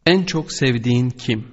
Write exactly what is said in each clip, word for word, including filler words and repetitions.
En çok sevdiğin kim?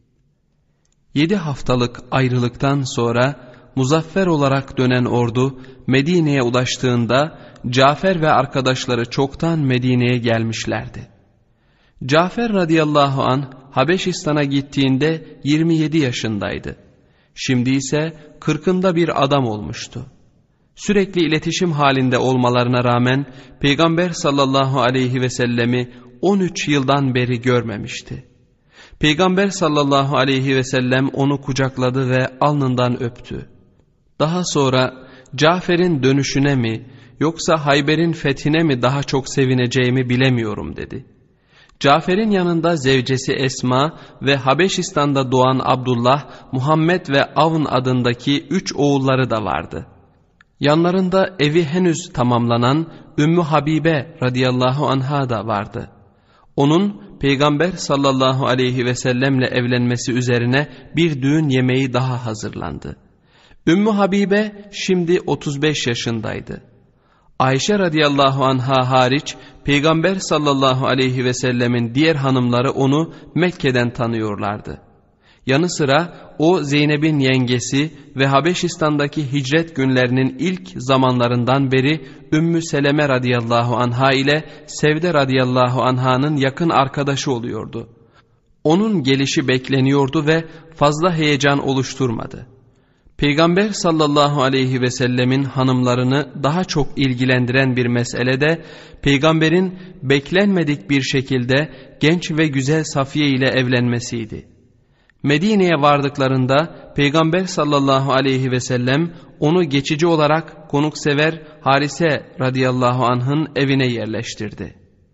Yedi haftalık ayrılıktan sonra muzaffer olarak dönen ordu Medine'ye ulaştığında Cafer ve arkadaşları çoktan Medine'ye gelmişlerdi. Cafer radıyallahu anh Habeşistan'a gittiğinde yirmi yedi yaşındaydı. Şimdi ise kırkında bir adam olmuştu. Sürekli iletişim halinde olmalarına rağmen Peygamber sallallahu aleyhi ve sellemi on üç yıldan beri görmemişti. Peygamber sallallahu aleyhi ve sellem onu kucakladı ve alnından öptü. Daha sonra Cafer'in dönüşüne mi yoksa Hayber'in fethine mi daha çok sevineceğimi bilemiyorum dedi. Cafer'in yanında zevcesi Esma ve Habeşistan'da doğan Abdullah, Muhammed ve Avn adındaki üç oğulları da vardı. Yanlarında evi henüz tamamlanan Ümmü Habibe radıyallahu anha da vardı. Onun Peygamber sallallahu aleyhi ve sellemle evlenmesi üzerine bir düğün yemeği daha hazırlandı. Ümmü Habibe şimdi otuz beş yaşındaydı. Ayşe radıyallahu anha hariç Peygamber sallallahu aleyhi ve sellemin diğer hanımları onu Mekke'den tanıyorlardı. Yanı sıra o Zeynep'in yengesi ve Habeşistan'daki hicret günlerinin ilk zamanlarından beri Ümmü Seleme radıyallahu anha ile Sevde radıyallahu anha'nın yakın arkadaşı oluyordu. Onun gelişi bekleniyordu ve fazla heyecan oluşturmadı. Peygamber sallallahu aleyhi ve sellemin hanımlarını daha çok ilgilendiren bir mesele de Peygamberin beklenmedik bir şekilde genç ve güzel Safiye ile evlenmesiydi. Medine'ye vardıklarında Peygamber sallallahu aleyhi ve sellem onu geçici olarak konuksever Harise radıyallahu anh'ın evine yerleştirdi.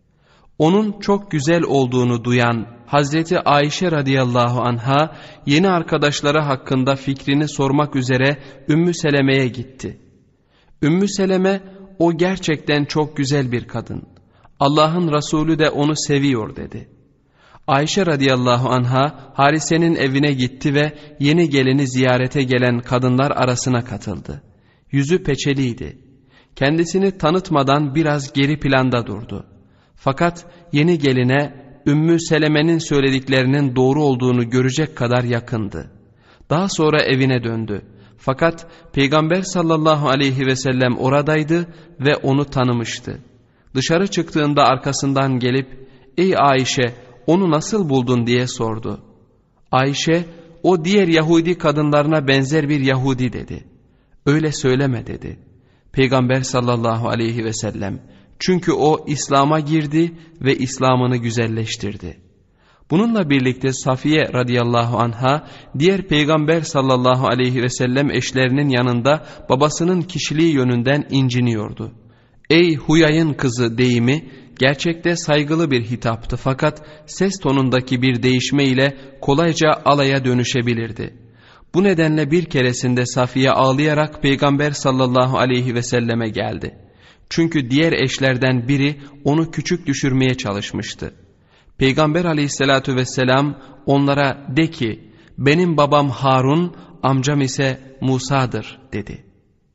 Onun çok güzel olduğunu duyan Hazreti Ayşe radıyallahu anha yeni arkadaşları hakkında fikrini sormak üzere Ümmü Seleme'ye gitti. Ümmü Seleme, o gerçekten çok güzel bir kadın. Allah'ın Resulü de onu seviyor dedi. Ayşe radıyallahu anha Harise'nin evine gitti ve yeni gelini ziyarete gelen kadınlar arasına katıldı. Yüzü peçeliydi. Kendisini tanıtmadan biraz geri planda durdu. Fakat yeni geline Ümmü Seleme'nin söylediklerinin doğru olduğunu görecek kadar yakındı. Daha sonra evine döndü. Fakat Peygamber sallallahu aleyhi ve sellem oradaydı ve onu tanımıştı. Dışarı çıktığında arkasından gelip "Ey Ayşe, onu nasıl buldun?" diye sordu. Ayşe, "O diğer Yahudi kadınlarına benzer bir Yahudi" dedi. "Öyle söyleme" dedi. Peygamber sallallahu aleyhi ve sellem, çünkü o İslam'a girdi ve İslam'ını güzelleştirdi. Bununla birlikte Safiye radıyallahu anha diğer Peygamber sallallahu aleyhi ve sellem eşlerinin yanında babasının kişiliği yönünden inciniyordu. "Ey Huyay'ın kızı" deyimi gerçekte saygılı bir hitaptı, fakat ses tonundaki bir değişme ile kolayca alaya dönüşebilirdi. Bu nedenle bir keresinde Safiye ağlayarak Peygamber sallallahu aleyhi ve selleme geldi. Çünkü diğer eşlerden biri onu küçük düşürmeye çalışmıştı. Peygamber aleyhissalatu vesselam onlara "De ki, benim babam Harun, amcam ise Musa'dır" dedi.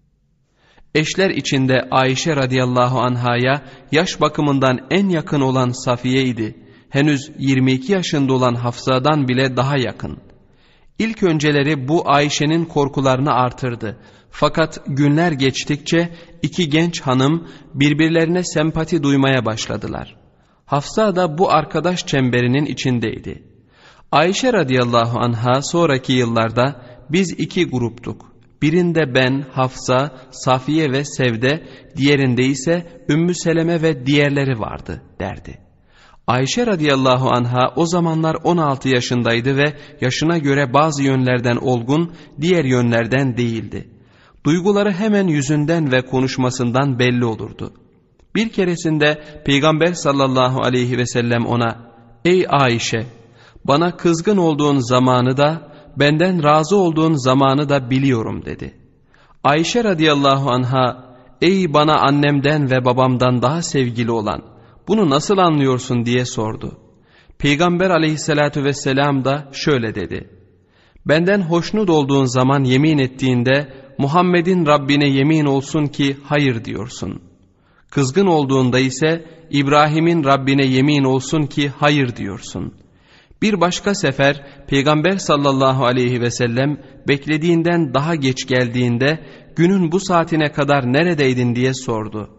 Eşler içinde Ayşe radıyallahu anhaya yaş bakımından en yakın olan Safiye'ydi. Henüz yirmi iki yaşında olan Hafsa'dan bile daha yakın. İlk önceleri bu Ayşe'nin korkularını artırdı. Fakat günler geçtikçe iki genç hanım birbirlerine sempati duymaya başladılar. Hafsa da bu arkadaş çemberinin içindeydi. Ayşe radıyallahu anha sonraki yıllarda "Biz iki gruptuk. Birinde ben, Hafsa, Safiye ve Sevde, diğerinde ise Ümmü Seleme ve diğerleri vardı" derdi. Ayşe radıyallahu anha o zamanlar on altı yaşındaydı ve yaşına göre bazı yönlerden olgun, diğer yönlerden değildi. Duyguları hemen yüzünden ve konuşmasından belli olurdu. Bir keresinde Peygamber sallallahu aleyhi ve sellem ona "Ey Ayşe, bana kızgın olduğun zamanı da benden razı olduğun zamanı da biliyorum" dedi. Ayşe radıyallahu anha "Ey bana annemden ve babamdan daha sevgili olan, bunu nasıl anlıyorsun?" diye sordu. Peygamber aleyhissalatu vesselam da şöyle dedi: "Benden hoşnut olduğun zaman yemin ettiğinde Muhammed'in Rabbine yemin olsun ki hayır diyorsun. Kızgın olduğunda ise İbrahim'in Rabbine yemin olsun ki hayır diyorsun. Bir başka sefer Peygamber sallallahu aleyhi ve sellem beklediğinden daha geç geldiğinde günün bu saatine kadar neredeydin diye sordu.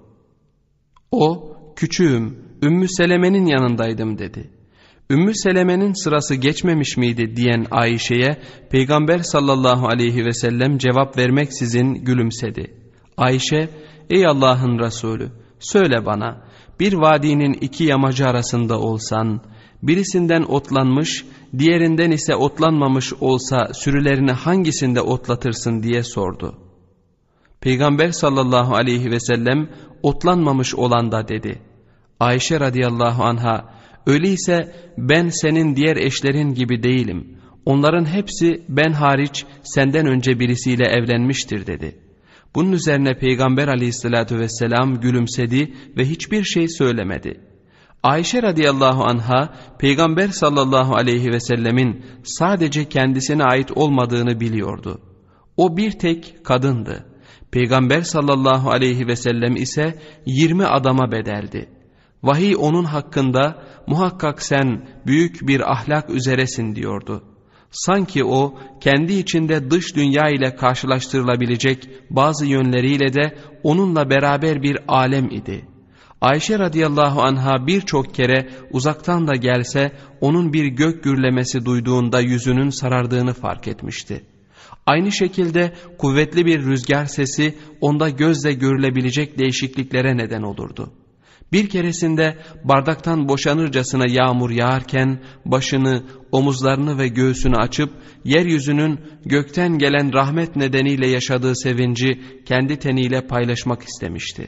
O, küçüğüm, Ümmü Seleme'nin yanındaydım dedi. Ümmü Seleme'nin sırası geçmemiş miydi diyen Ayşe'ye Peygamber sallallahu aleyhi ve sellem cevap vermeksizin gülümsedi. Ayşe, ey Allah'ın Resulü, söyle bana, bir vadinin iki yamacı arasında olsan, birisinden otlanmış, diğerinden ise otlanmamış olsa sürülerini hangisinde otlatırsın diye sordu. Peygamber sallallahu aleyhi ve sellem otlanmamış olan da dedi. Ayşe radıyallahu anha, öyleyse ben senin diğer eşlerin gibi değilim. Onların hepsi ben hariç senden önce birisiyle evlenmiştir dedi. Bunun üzerine Peygamber aleyhissalatü vesselam gülümsedi ve hiçbir şey söylemedi. Ayşe radıyallahu anha Peygamber sallallahu aleyhi ve sellemin sadece kendisine ait olmadığını biliyordu. O bir tek kadındı. Peygamber sallallahu aleyhi ve sellem ise yirmi adama bedeldi. Vahiy onun hakkında muhakkak sen büyük bir ahlak üzeresin diyordu. Sanki o kendi içinde dış dünya ile karşılaştırılabilecek bazı yönleriyle de onunla beraber bir alem idi. Ayşe radıyallahu anha birçok kere uzaktan da gelse onun bir gök gürlemesi duyduğunda yüzünün sarardığını fark etmişti. Aynı şekilde kuvvetli bir rüzgar sesi onda gözle görülebilecek değişikliklere neden olurdu. Bir keresinde bardaktan boşanırcasına yağmur yağarken başını, omuzlarını ve göğsünü açıp yeryüzünün gökten gelen rahmet nedeniyle yaşadığı sevinci kendi teniyle paylaşmak istemişti.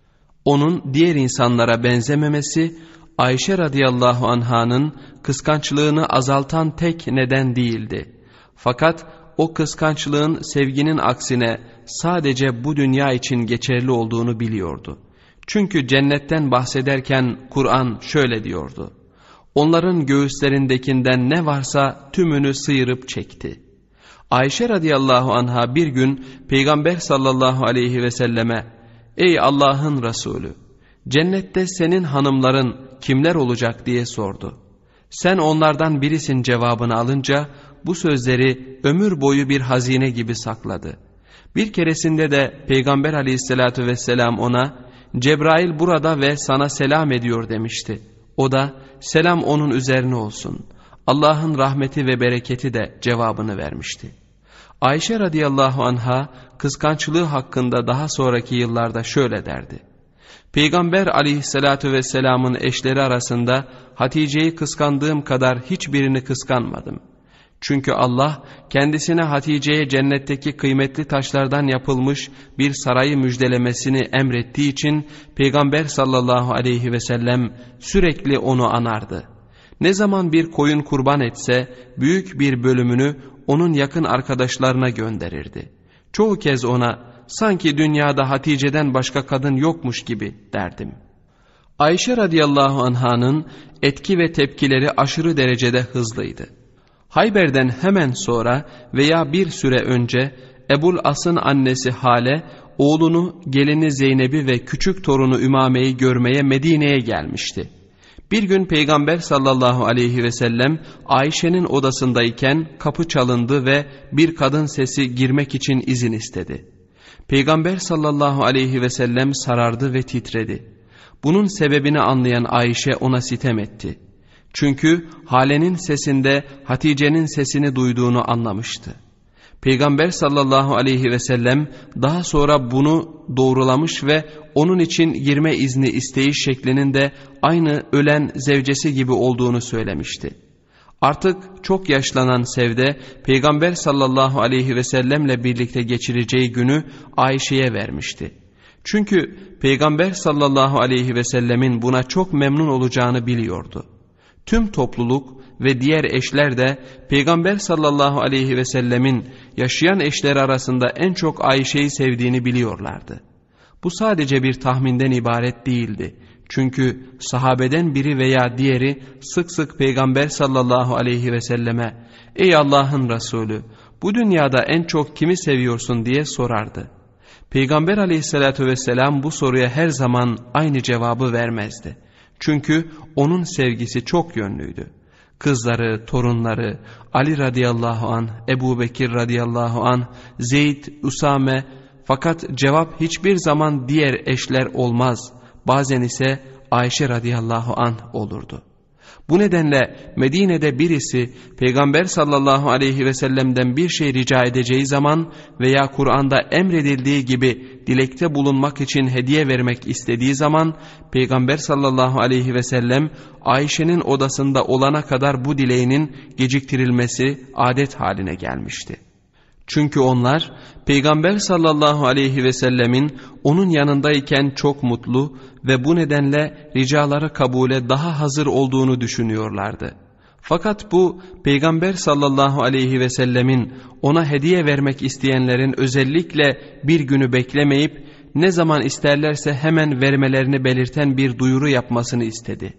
Onun diğer insanlara benzememesi Ayşe radıyallahu anhanın kıskançlığını azaltan tek neden değildi. Fakat o kıskançlığın sevginin aksine sadece bu dünya için geçerli olduğunu biliyordu. Çünkü cennetten bahsederken Kur'an şöyle diyordu. Onların göğüslerindekinden ne varsa tümünü sıyırıp çekti. Ayşe radıyallahu anha bir gün Peygamber sallallahu aleyhi ve selleme, ey Allah'ın Resulü, cennette senin hanımların kimler olacak diye sordu. Sen onlardan birisin cevabını alınca bu sözleri ömür boyu bir hazine gibi sakladı. Bir keresinde de Peygamber aleyhissalatü vesselam ona, Cebrail burada ve sana selam ediyor demişti. O da selam onun üzerine olsun, Allah'ın rahmeti ve bereketi de cevabını vermişti. Ayşe radıyallahu anha kıskançlığı hakkında daha sonraki yıllarda şöyle derdi. Peygamber aleyhissalatü vesselamın eşleri arasında Hatice'yi kıskandığım kadar hiçbirini kıskanmadım. Çünkü Allah kendisine Hatice'ye cennetteki kıymetli taşlardan yapılmış bir sarayı müjdelemesini emrettiği için Peygamber sallallahu aleyhi ve sellem sürekli onu anardı. Ne zaman bir koyun kurban etse büyük bir bölümünü onun yakın arkadaşlarına gönderirdi. Çoğu kez ona sanki dünyada Hatice'den başka kadın yokmuş gibi derdim. Ayşe radıyallahu anhanın etki ve tepkileri aşırı derecede hızlıydı. Hayber'den hemen sonra veya bir süre önce Ebul As'ın annesi Hale, oğlunu, gelini Zeynep'i ve küçük torunu Ümame'yi görmeye Medine'ye gelmişti. Bir gün Peygamber sallallahu aleyhi ve sellem Ayşe'nin odasındayken kapı çalındı ve bir kadın sesi girmek için izin istedi. Peygamber sallallahu aleyhi ve sellem sarardı ve titredi. Bunun sebebini anlayan Ayşe ona sitem etti. Çünkü Hale'nin sesinde Hatice'nin sesini duyduğunu anlamıştı. Peygamber sallallahu aleyhi ve sellem daha sonra bunu doğrulamış ve onun için girme izni isteyiş şeklinin de aynı ölen zevcesi gibi olduğunu söylemişti. Artık çok yaşlanan Sevde Peygamber sallallahu aleyhi ve sellemle birlikte geçireceği günü Ayşe'ye vermişti. Çünkü Peygamber sallallahu aleyhi ve sellemin buna çok memnun olacağını biliyordu. Tüm topluluk ve diğer eşler de Peygamber sallallahu aleyhi ve sellemin yaşayan eşleri arasında en çok Ayşe'yi sevdiğini biliyorlardı. Bu sadece bir tahminden ibaret değildi. Çünkü sahabeden biri veya diğeri sık sık Peygamber sallallahu aleyhi ve selleme "Ey Allah'ın Resulü, bu dünyada en çok kimi seviyorsun?" diye sorardı. Peygamber aleyhissalatü vesselam bu soruya her zaman aynı cevabı vermezdi. Çünkü onun sevgisi çok yönlüydü. Kızları, torunları, Ali radıyallahu anh, Ebu Bekir radıyallahu anh, Zeyd, Usame, fakat cevap hiçbir zaman diğer eşler olmaz. Bazen ise Ayşe radıyallahu anh olurdu. Bu nedenle Medine'de birisi Peygamber sallallahu aleyhi ve sellem'den bir şey rica edeceği zaman veya Kur'an'da emredildiği gibi dilekte bulunmak için hediye vermek istediği zaman Peygamber sallallahu aleyhi ve sellem Ayşe'nin odasında olana kadar bu dileğinin geciktirilmesi adet haline gelmişti. Çünkü onlar Peygamber sallallahu aleyhi ve sellemin onun yanındayken çok mutlu ve bu nedenle ricaları kabule daha hazır olduğunu düşünüyorlardı. Fakat bu Peygamber sallallahu aleyhi ve sellemin ona hediye vermek isteyenlerin özellikle bir günü beklemeyip ne zaman isterlerse hemen vermelerini belirten bir duyuru yapmasını istedi.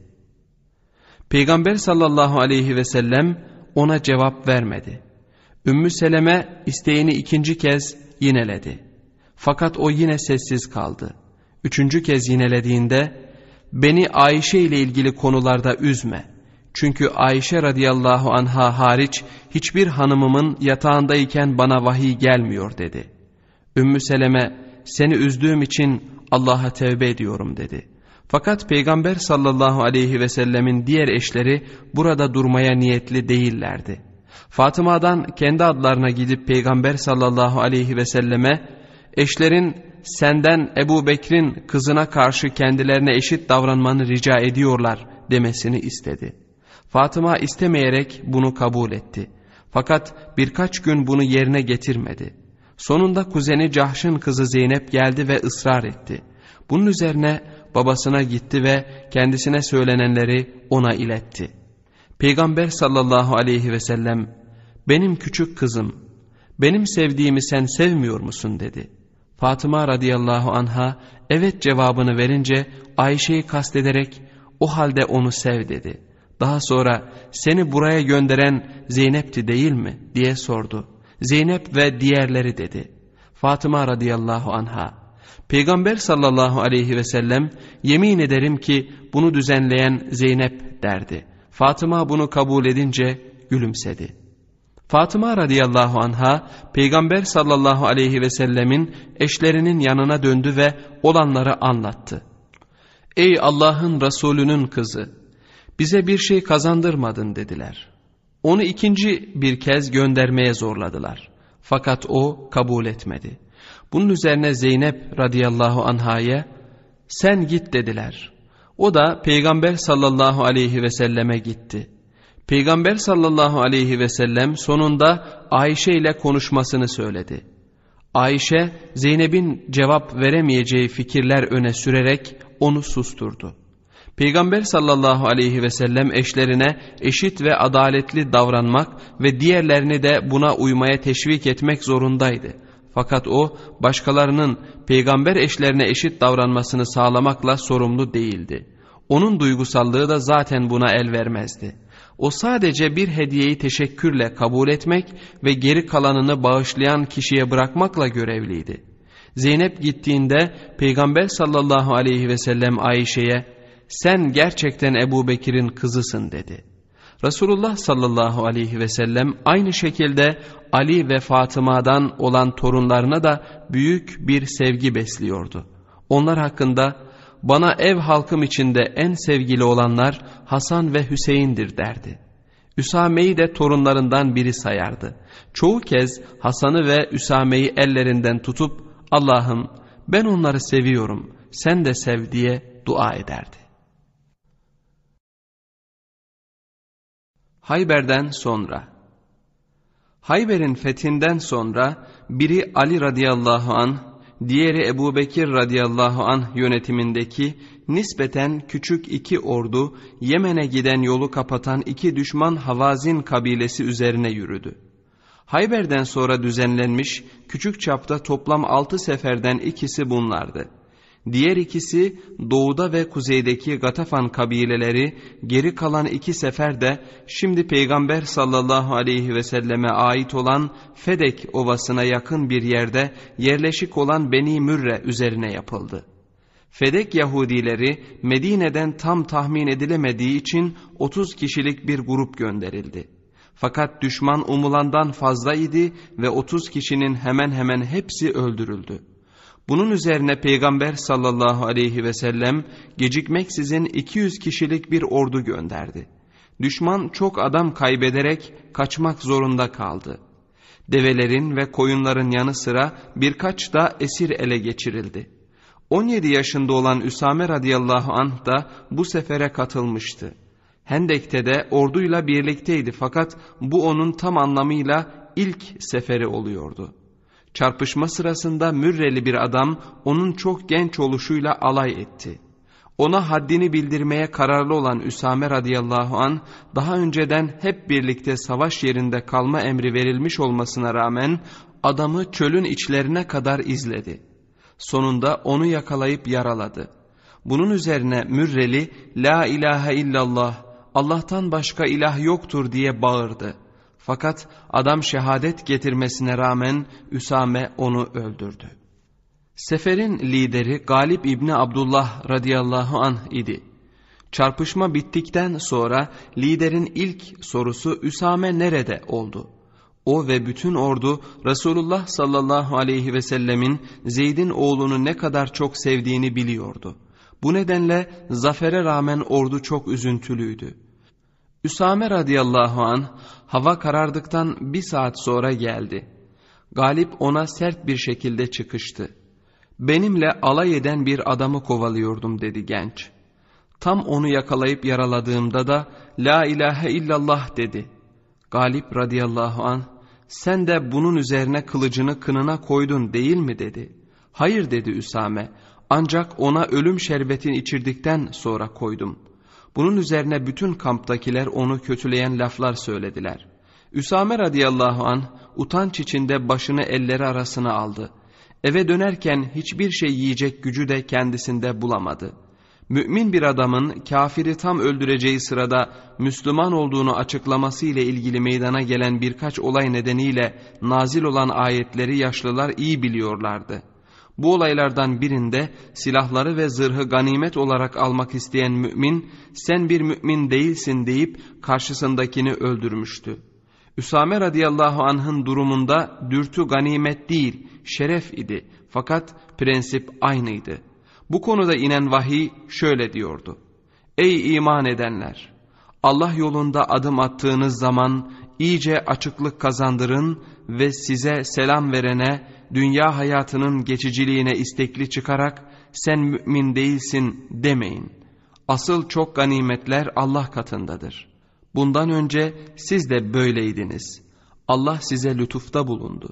Peygamber sallallahu aleyhi ve sellem ona cevap vermedi. Ümmü Seleme isteğini ikinci kez yineledi. Fakat o yine sessiz kaldı. Üçüncü kez yinelediğinde beni Ayşe ile ilgili konularda üzme. Çünkü Ayşe radıyallahu anha hariç hiçbir hanımımın yatağındayken bana vahiy gelmiyor dedi. Ümmü Seleme seni üzdüğüm için Allah'a tevbe ediyorum dedi. Fakat Peygamber sallallahu aleyhi ve sellemin diğer eşleri burada durmaya niyetli değillerdi. Fatıma'dan kendi adlarına gidip Peygamber sallallahu aleyhi ve selleme eşlerin senden Ebu Bekir'in kızına karşı kendilerine eşit davranmanı rica ediyorlar demesini istedi. Fatıma istemeyerek bunu kabul etti. Fakat birkaç gün bunu yerine getirmedi. Sonunda kuzeni Cahş'ın kızı Zeynep geldi ve ısrar etti. Bunun üzerine babasına gitti ve kendisine söylenenleri ona iletti. Peygamber sallallahu aleyhi ve sellem benim küçük kızım, benim sevdiğimi sen sevmiyor musun dedi. Fatıma radıyallahu anha evet cevabını verince Ayşe'yi kastederek o halde onu sev dedi. Daha sonra seni buraya gönderen Zeynep'ti değil mi diye sordu. Zeynep ve diğerleri dedi. Fatıma radıyallahu anha Peygamber sallallahu aleyhi ve sellem yemin ederim ki bunu düzenleyen Zeynep derdi. Fatıma bunu kabul edince gülümsedi. Fatıma radıyallahu anha Peygamber sallallahu aleyhi ve sellemin eşlerinin yanına döndü ve olanları anlattı. Ey Allah'ın Resulünün kızı, bize bir şey kazandırmadın dediler. Onu ikinci bir kez göndermeye zorladılar. Fakat o kabul etmedi. Bunun üzerine Zeynep radıyallahu anhaya sen git dediler. O da Peygamber sallallahu aleyhi ve selleme gitti. Peygamber sallallahu aleyhi ve sellem sonunda Ayşe ile konuşmasını söyledi. Ayşe Zeynep'in cevap veremeyeceği fikirler öne sürerek onu susturdu. Peygamber sallallahu aleyhi ve sellem eşlerine eşit ve adaletli davranmak ve diğerlerini de buna uymaya teşvik etmek zorundaydı. Fakat o başkalarının peygamber eşlerine eşit davranmasını sağlamakla sorumlu değildi. Onun duygusallığı da zaten buna el vermezdi. O sadece bir hediyeyi teşekkürle kabul etmek ve geri kalanını bağışlayan kişiye bırakmakla görevliydi. Zeynep gittiğinde Peygamber sallallahu aleyhi ve sellem Ayşe'ye sen gerçekten Ebu Bekir'in kızısın dedi. Resulullah sallallahu aleyhi ve sellem aynı şekilde Ali ve Fatıma'dan olan torunlarına da büyük bir sevgi besliyordu. Onlar hakkında bana ev halkım içinde en sevgili olanlar Hasan ve Hüseyin'dir derdi. Üsame'yi de torunlarından biri sayardı. Çoğu kez Hasan'ı ve Üsame'yi ellerinden tutup Allah'ım ben onları seviyorum sen de sev diye dua ederdi. Hayber'den sonra Hayber'in fethinden sonra biri Ali radıyallahu anh, diğeri Ebu Bekir radıyallahu anh yönetimindeki nispeten küçük iki ordu Yemen'e giden yolu kapatan iki düşman Havazin kabilesi üzerine yürüdü. Hayber'den sonra düzenlenmiş küçük çapta toplam altı seferden ikisi bunlardı. Diğer ikisi doğuda ve kuzeydeki Gatafan kabileleri, geri kalan iki sefer de şimdi Peygamber sallallahu aleyhi ve selleme ait olan Fedek ovasına yakın bir yerde yerleşik olan Beni Mürre üzerine yapıldı. Fedek Yahudileri Medine'den tam tahmin edilemediği için otuz kişilik bir grup gönderildi. Fakat düşman umulandan fazla idi ve otuz kişinin hemen hemen hepsi öldürüldü. Bunun üzerine Peygamber sallallahu aleyhi ve sellem gecikmeksizin iki yüz kişilik bir ordu gönderdi. Düşman çok adam kaybederek kaçmak zorunda kaldı. Develerin ve koyunların yanı sıra birkaç da esir ele geçirildi. on yedi yaşında olan Üsame radıyallahu anh da bu sefere katılmıştı. Hendek'te de orduyla birlikteydi fakat bu onun tam anlamıyla ilk seferi oluyordu. Çarpışma sırasında Mürreli bir adam onun çok genç oluşuyla alay etti. Ona haddini bildirmeye kararlı olan Üsame radıyallahu anh daha önceden hep birlikte savaş yerinde kalma emri verilmiş olmasına rağmen adamı çölün içlerine kadar izledi. Sonunda onu yakalayıp yaraladı. Bunun üzerine Mürreli "La ilahe illallah, Allah'tan başka ilah yoktur" diye bağırdı. Fakat adam şehadet getirmesine rağmen Üsame onu öldürdü. Seferin lideri Galip İbni Abdullah radıyallahu anh idi. Çarpışma bittikten sonra liderin ilk sorusu Üsame nerede oldu? O ve bütün ordu Resulullah sallallahu aleyhi ve sellemin Zeyd'in oğlunu ne kadar çok sevdiğini biliyordu. Bu nedenle zafere rağmen ordu çok üzüntülüydü. Üsame radıyallahu anh hava karardıktan bir saat sonra geldi. Galip ona sert bir şekilde çıkıştı. "Benimle alay eden bir adamı kovalıyordum" dedi genç. Tam onu yakalayıp yaraladığımda da "La ilahe illallah" dedi. Galip radıyallahu anh "Sen de bunun üzerine kılıcını kınına koydun değil mi?" dedi. "Hayır" dedi Üsame, "ancak ona ölüm şerbetini içirdikten sonra koydum." Bunun üzerine bütün kamptakiler onu kötüleyen laflar söylediler. Üsame radıyallahu anh utanç içinde başını elleri arasına aldı. Eve dönerken hiçbir şey yiyecek gücü de kendisinde bulamadı. Mümin bir adamın kafiri tam öldüreceği sırada Müslüman olduğunu açıklaması ile ilgili meydana gelen birkaç olay nedeniyle nazil olan ayetleri yaşlılar iyi biliyorlardı. Bu olaylardan birinde silahları ve zırhı ganimet olarak almak isteyen mümin "Sen bir mümin değilsin" deyip karşısındakini öldürmüştü. Üsame radıyallahu anh'ın durumunda dürtü ganimet değil, şeref idi. Fakat prensip aynıydı. Bu konuda inen vahiy şöyle diyordu: "Ey iman edenler! Allah yolunda adım attığınız zaman iyice açıklık kazandırın ve size selam verene, dünya hayatının geçiciliğine istekli çıkarak sen mümin değilsin demeyin. Asıl çok ganimetler Allah katındadır. Bundan önce siz de böyleydiniz. Allah size lütufta bulundu.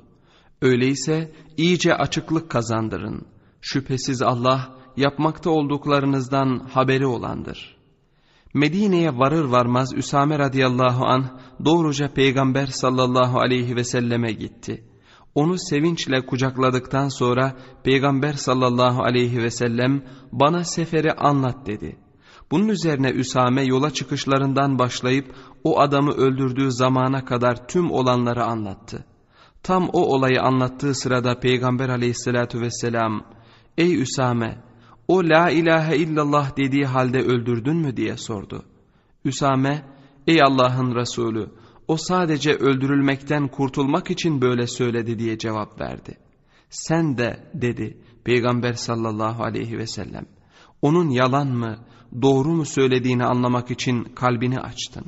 Öyleyse iyice açıklık kazandırın. Şüphesiz Allah yapmakta olduklarınızdan haberi olandır." Medine'ye varır varmaz Üsame radıyallahu anh doğruca Peygamber sallallahu aleyhi ve selleme gitti. Onu sevinçle kucakladıktan sonra Peygamber sallallahu aleyhi ve sellem "Bana seferi anlat" dedi. Bunun üzerine Üsame yola çıkışlarından başlayıp o adamı öldürdüğü zamana kadar tüm olanları anlattı. Tam o olayı anlattığı sırada Peygamber aleyhissalatu vesselam "Ey Üsame, o la ilahe illallah dediği halde öldürdün mü?" diye sordu. Üsame "Ey Allah'ın Resulü, o sadece öldürülmekten kurtulmak için böyle söyledi" diye cevap verdi. "Sen de" dedi Peygamber sallallahu aleyhi ve sellem, "onun yalan mı, doğru mu söylediğini anlamak için kalbini açtın."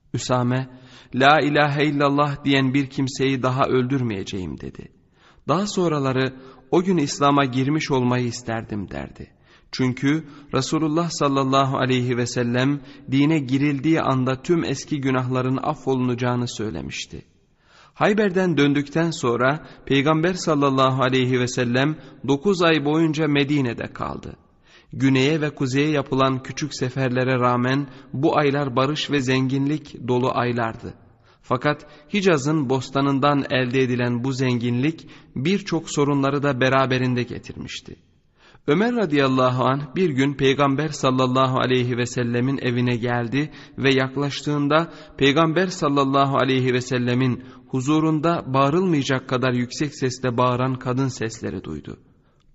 Üsame "La ilahe illallah diyen bir kimseyi daha öldürmeyeceğim" dedi. Daha sonraları "O gün İslam'a girmiş olmayı isterdim" derdi. Çünkü Resulullah sallallahu aleyhi ve sellem dine girildiği anda tüm eski günahların affolunacağını söylemişti. Hayber'den döndükten sonra Peygamber sallallahu aleyhi ve sellem dokuz ay boyunca Medine'de kaldı. Güneye ve kuzeye yapılan küçük seferlere rağmen bu aylar barış ve zenginlik dolu aylardı. Fakat Hicaz'ın bostanından elde edilen bu zenginlik birçok sorunları da beraberinde getirmişti. Ömer radıyallahu anh bir gün Peygamber sallallahu aleyhi ve sellemin evine geldi ve yaklaştığında Peygamber sallallahu aleyhi ve sellemin huzurunda bağırılmayacak kadar yüksek sesle bağıran kadın sesleri duydu.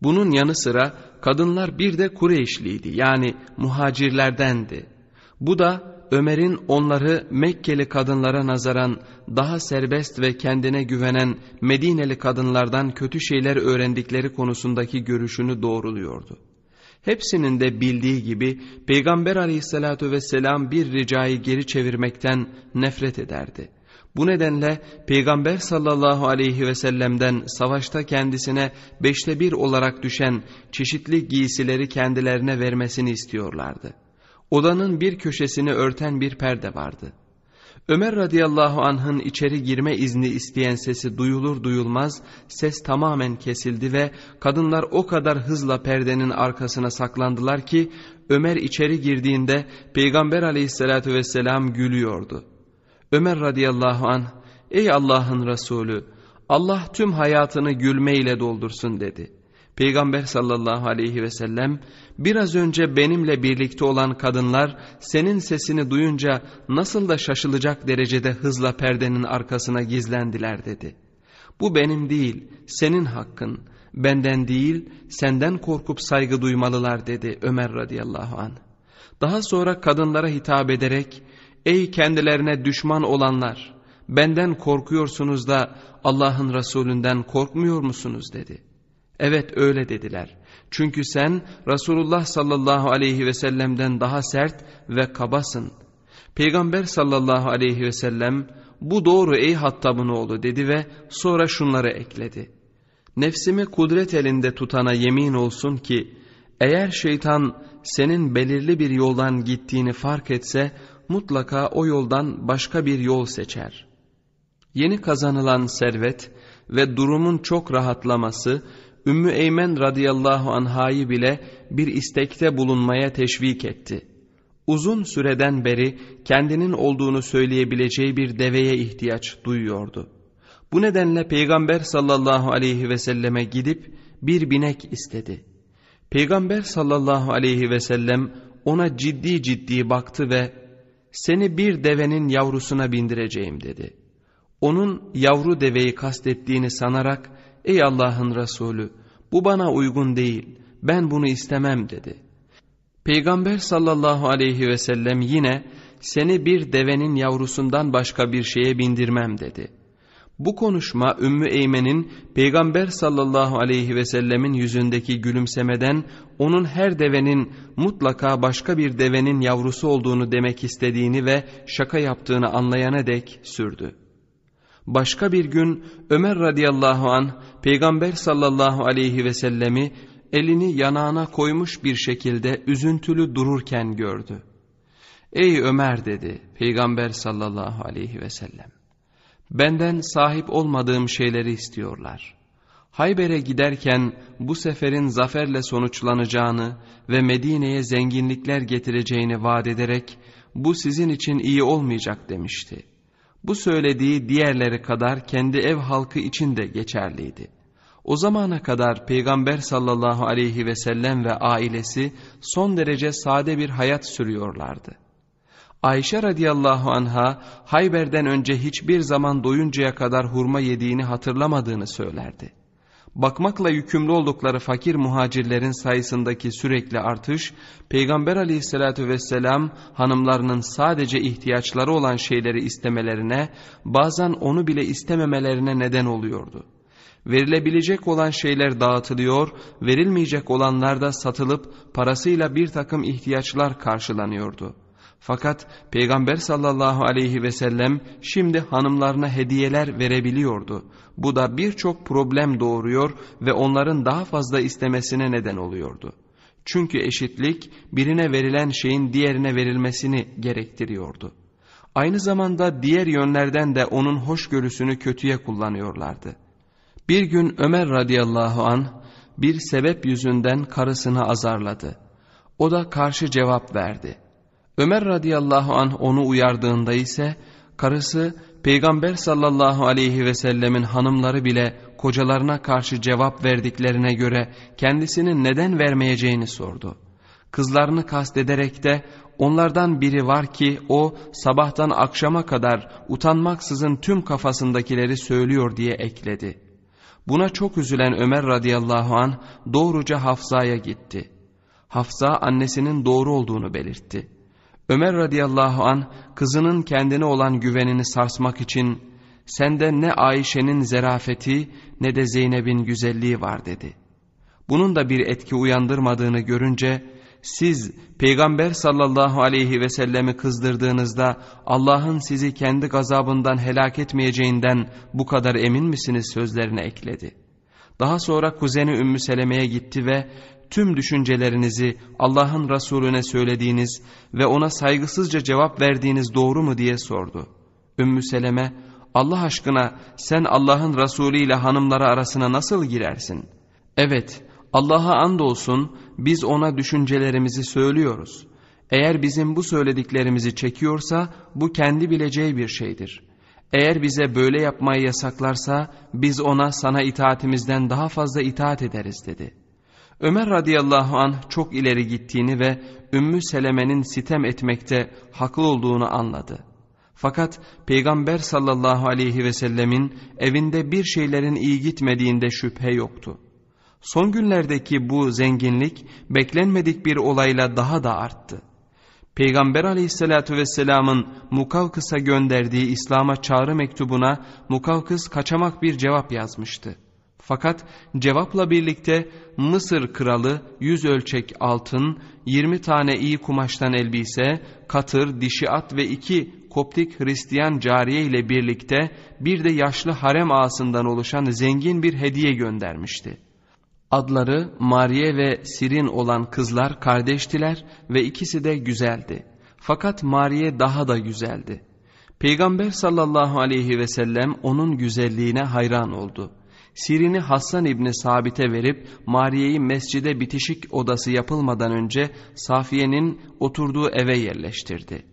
Bunun yanı sıra kadınlar bir de Kureyşliydi, yani muhacirlerdendi. Bu da Ömer'in onları Mekkeli kadınlara nazaran daha serbest ve kendine güvenen Medineli kadınlardan kötü şeyler öğrendikleri konusundaki görüşünü doğruluyordu. Hepsinin de bildiği gibi Peygamber aleyhissalatu vesselam bir ricayı geri çevirmekten nefret ederdi. Bu nedenle Peygamber sallallahu aleyhi ve sellem'den savaşta kendisine beşte bir olarak düşen çeşitli giysileri kendilerine vermesini istiyorlardı. Odanın bir köşesini örten bir perde vardı. Ömer radıyallahu anh'ın içeri girme izni isteyen sesi duyulur duyulmaz ses tamamen kesildi ve kadınlar o kadar hızla perdenin arkasına saklandılar ki Ömer içeri girdiğinde Peygamber aleyhissalatu vesselam gülüyordu. Ömer radıyallahu anh, "Ey Allah'ın Resulü, Allah tüm hayatını gülmeyle doldursun," dedi. Peygamber sallallahu aleyhi ve sellem, "Biraz önce benimle birlikte olan kadınlar senin sesini duyunca nasıl da şaşılacak derecede hızla perdenin arkasına gizlendiler," dedi. "Bu benim değil, senin hakkın. Benden değil, senden korkup saygı duymalılar," dedi Ömer radıyallahu anh. Daha sonra kadınlara hitap ederek, "Ey kendilerine düşman olanlar, benden korkuyorsunuz da Allah'ın Resulünden korkmuyor musunuz?" dedi. "Evet, öyle," dediler. "Çünkü sen Resulullah sallallahu aleyhi ve sellem'den daha sert ve kabasın." Peygamber sallallahu aleyhi ve sellem, "Bu doğru ey Hattab'ın oğlu," dedi ve sonra şunları ekledi. "Nefsimi kudret elinde tutana yemin olsun ki eğer şeytan senin belirli bir yoldan gittiğini fark etse mutlaka o yoldan başka bir yol seçer." Yeni kazanılan servet ve durumun çok rahatlaması Ümmü Eymen radıyallahu anhayı bile bir istekte bulunmaya teşvik etti. Uzun süreden beri kendinin olduğunu söyleyebileceği bir deveye ihtiyaç duyuyordu. Bu nedenle Peygamber sallallahu aleyhi ve selleme gidip bir binek istedi. Peygamber sallallahu aleyhi ve sellem ona ciddi ciddi baktı ve "Seni bir devenin yavrusuna bindireceğim," dedi. Onun yavru deveyi kastettiğini sanarak, "Ey Allah'ın Resulü, bu bana uygun değil, ben bunu istemem," dedi. Peygamber sallallahu aleyhi ve sellem yine "Seni bir devenin yavrusundan başka bir şeye bindirmem," dedi. Bu konuşma Ümmü Eymen'in Peygamber sallallahu aleyhi ve sellemin yüzündeki gülümsemeden onun her devenin mutlaka başka bir devenin yavrusu olduğunu demek istediğini ve şaka yaptığını anlayana dek sürdü. Başka bir gün Ömer radıyallahu anh Peygamber sallallahu aleyhi ve sellemi elini yanağına koymuş bir şekilde üzüntülü dururken gördü. "Ey Ömer," dedi Peygamber sallallahu aleyhi ve sellem, "benden sahip olmadığım şeyleri istiyorlar. Hayber'e giderken bu seferin zaferle sonuçlanacağını ve Medine'ye zenginlikler getireceğini vaat ederek bu sizin için iyi olmayacak demişti." Bu söylediği diğerleri kadar kendi ev halkı için de geçerliydi. O zamana kadar Peygamber sallallahu aleyhi ve sellem ve ailesi son derece sade bir hayat sürüyorlardı. Ayşe radıyallahu anha Hayber'den önce hiçbir zaman doyuncaya kadar hurma yediğini hatırlamadığını söylerdi. Bakmakla yükümlü oldukları fakir muhacirlerin sayısındaki sürekli artış, Peygamber aleyhissalatu vesselam hanımlarının sadece ihtiyaçları olan şeyleri istemelerine, bazen onu bile istememelerine neden oluyordu. Verilebilecek olan şeyler dağıtılıyor, verilmeyecek olanlar da satılıp parasıyla bir takım ihtiyaçlar karşılanıyordu. Fakat Peygamber sallallahu aleyhi ve sellem şimdi hanımlarına hediyeler verebiliyordu. Bu da birçok problem doğuruyor ve onların daha fazla istemesine neden oluyordu. Çünkü eşitlik birine verilen şeyin diğerine verilmesini gerektiriyordu. Aynı zamanda diğer yönlerden de onun hoşgörüsünü kötüye kullanıyorlardı. Bir gün Ömer radıyallahu anh bir sebep yüzünden karısını azarladı. O da karşı cevap verdi. Ömer radıyallahu anh onu uyardığında ise karısı Peygamber sallallahu aleyhi ve sellemin hanımları bile kocalarına karşı cevap verdiklerine göre kendisinin neden vermeyeceğini sordu. Kızlarını kastederek de onlardan biri var ki o sabahtan akşama kadar utanmaksızın tüm kafasındakileri söylüyor diye ekledi. Buna çok üzülen Ömer radıyallahu anh doğruca Hafsa'ya gitti. Hafsa annesinin doğru olduğunu belirtti. Ömer radıyallahu anh kızının kendine olan güvenini sarsmak için "Sende ne Ayşe'nin zerafeti ne de Zeynep'in güzelliği var" dedi. Bunun da bir etki uyandırmadığını görünce "Siz Peygamber sallallahu aleyhi ve sellemi kızdırdığınızda Allah'ın sizi kendi gazabından helak etmeyeceğinden bu kadar emin misiniz?" sözlerine ekledi. Daha sonra kuzeni Ümmü Seleme'ye gitti ve "Tüm düşüncelerinizi Allah'ın Resulüne söylediğiniz ve ona saygısızca cevap verdiğiniz doğru mu?" diye sordu. Ümmü Seleme, "Allah aşkına sen Allah'ın Resulü ile hanımları arasına nasıl girersin?" "Evet, Allah'a andolsun biz ona düşüncelerimizi söylüyoruz. Eğer bizim bu söylediklerimizi çekiyorsa bu kendi bileceği bir şeydir. Eğer bize böyle yapmayı yasaklarsa biz ona sana itaatimizden daha fazla itaat ederiz" dedi. Ömer radıyallahu anh çok ileri gittiğini ve Ümmü Seleme'nin sitem etmekte haklı olduğunu anladı. Fakat Peygamber sallallahu aleyhi ve sellemin evinde bir şeylerin iyi gitmediğinde şüphe yoktu. Son günlerdeki bu zenginlik beklenmedik bir olayla daha da arttı. Peygamber aleyhissalatü vesselamın Mukavkıs'a gönderdiği İslam'a çağrı mektubuna Mukavkıs kaçamak bir cevap yazmıştı. Fakat cevapla birlikte Mısır kralı yüz ölçek altın, yirmi tane iyi kumaştan elbise, katır, dişi at ve iki Koptik Hristiyan cariye ile birlikte bir de yaşlı harem ağasından oluşan zengin bir hediye göndermişti. Adları Mariye ve Sirin olan kızlar kardeştiler ve ikisi de güzeldi. Fakat Mariye daha da güzeldi. Peygamber sallallahu aleyhi ve sellem onun güzelliğine hayran oldu. Sirin'i Hassan İbni Sabit'e verip Mariye'yi mescide bitişik odası yapılmadan önce Safiye'nin oturduğu eve yerleştirdi.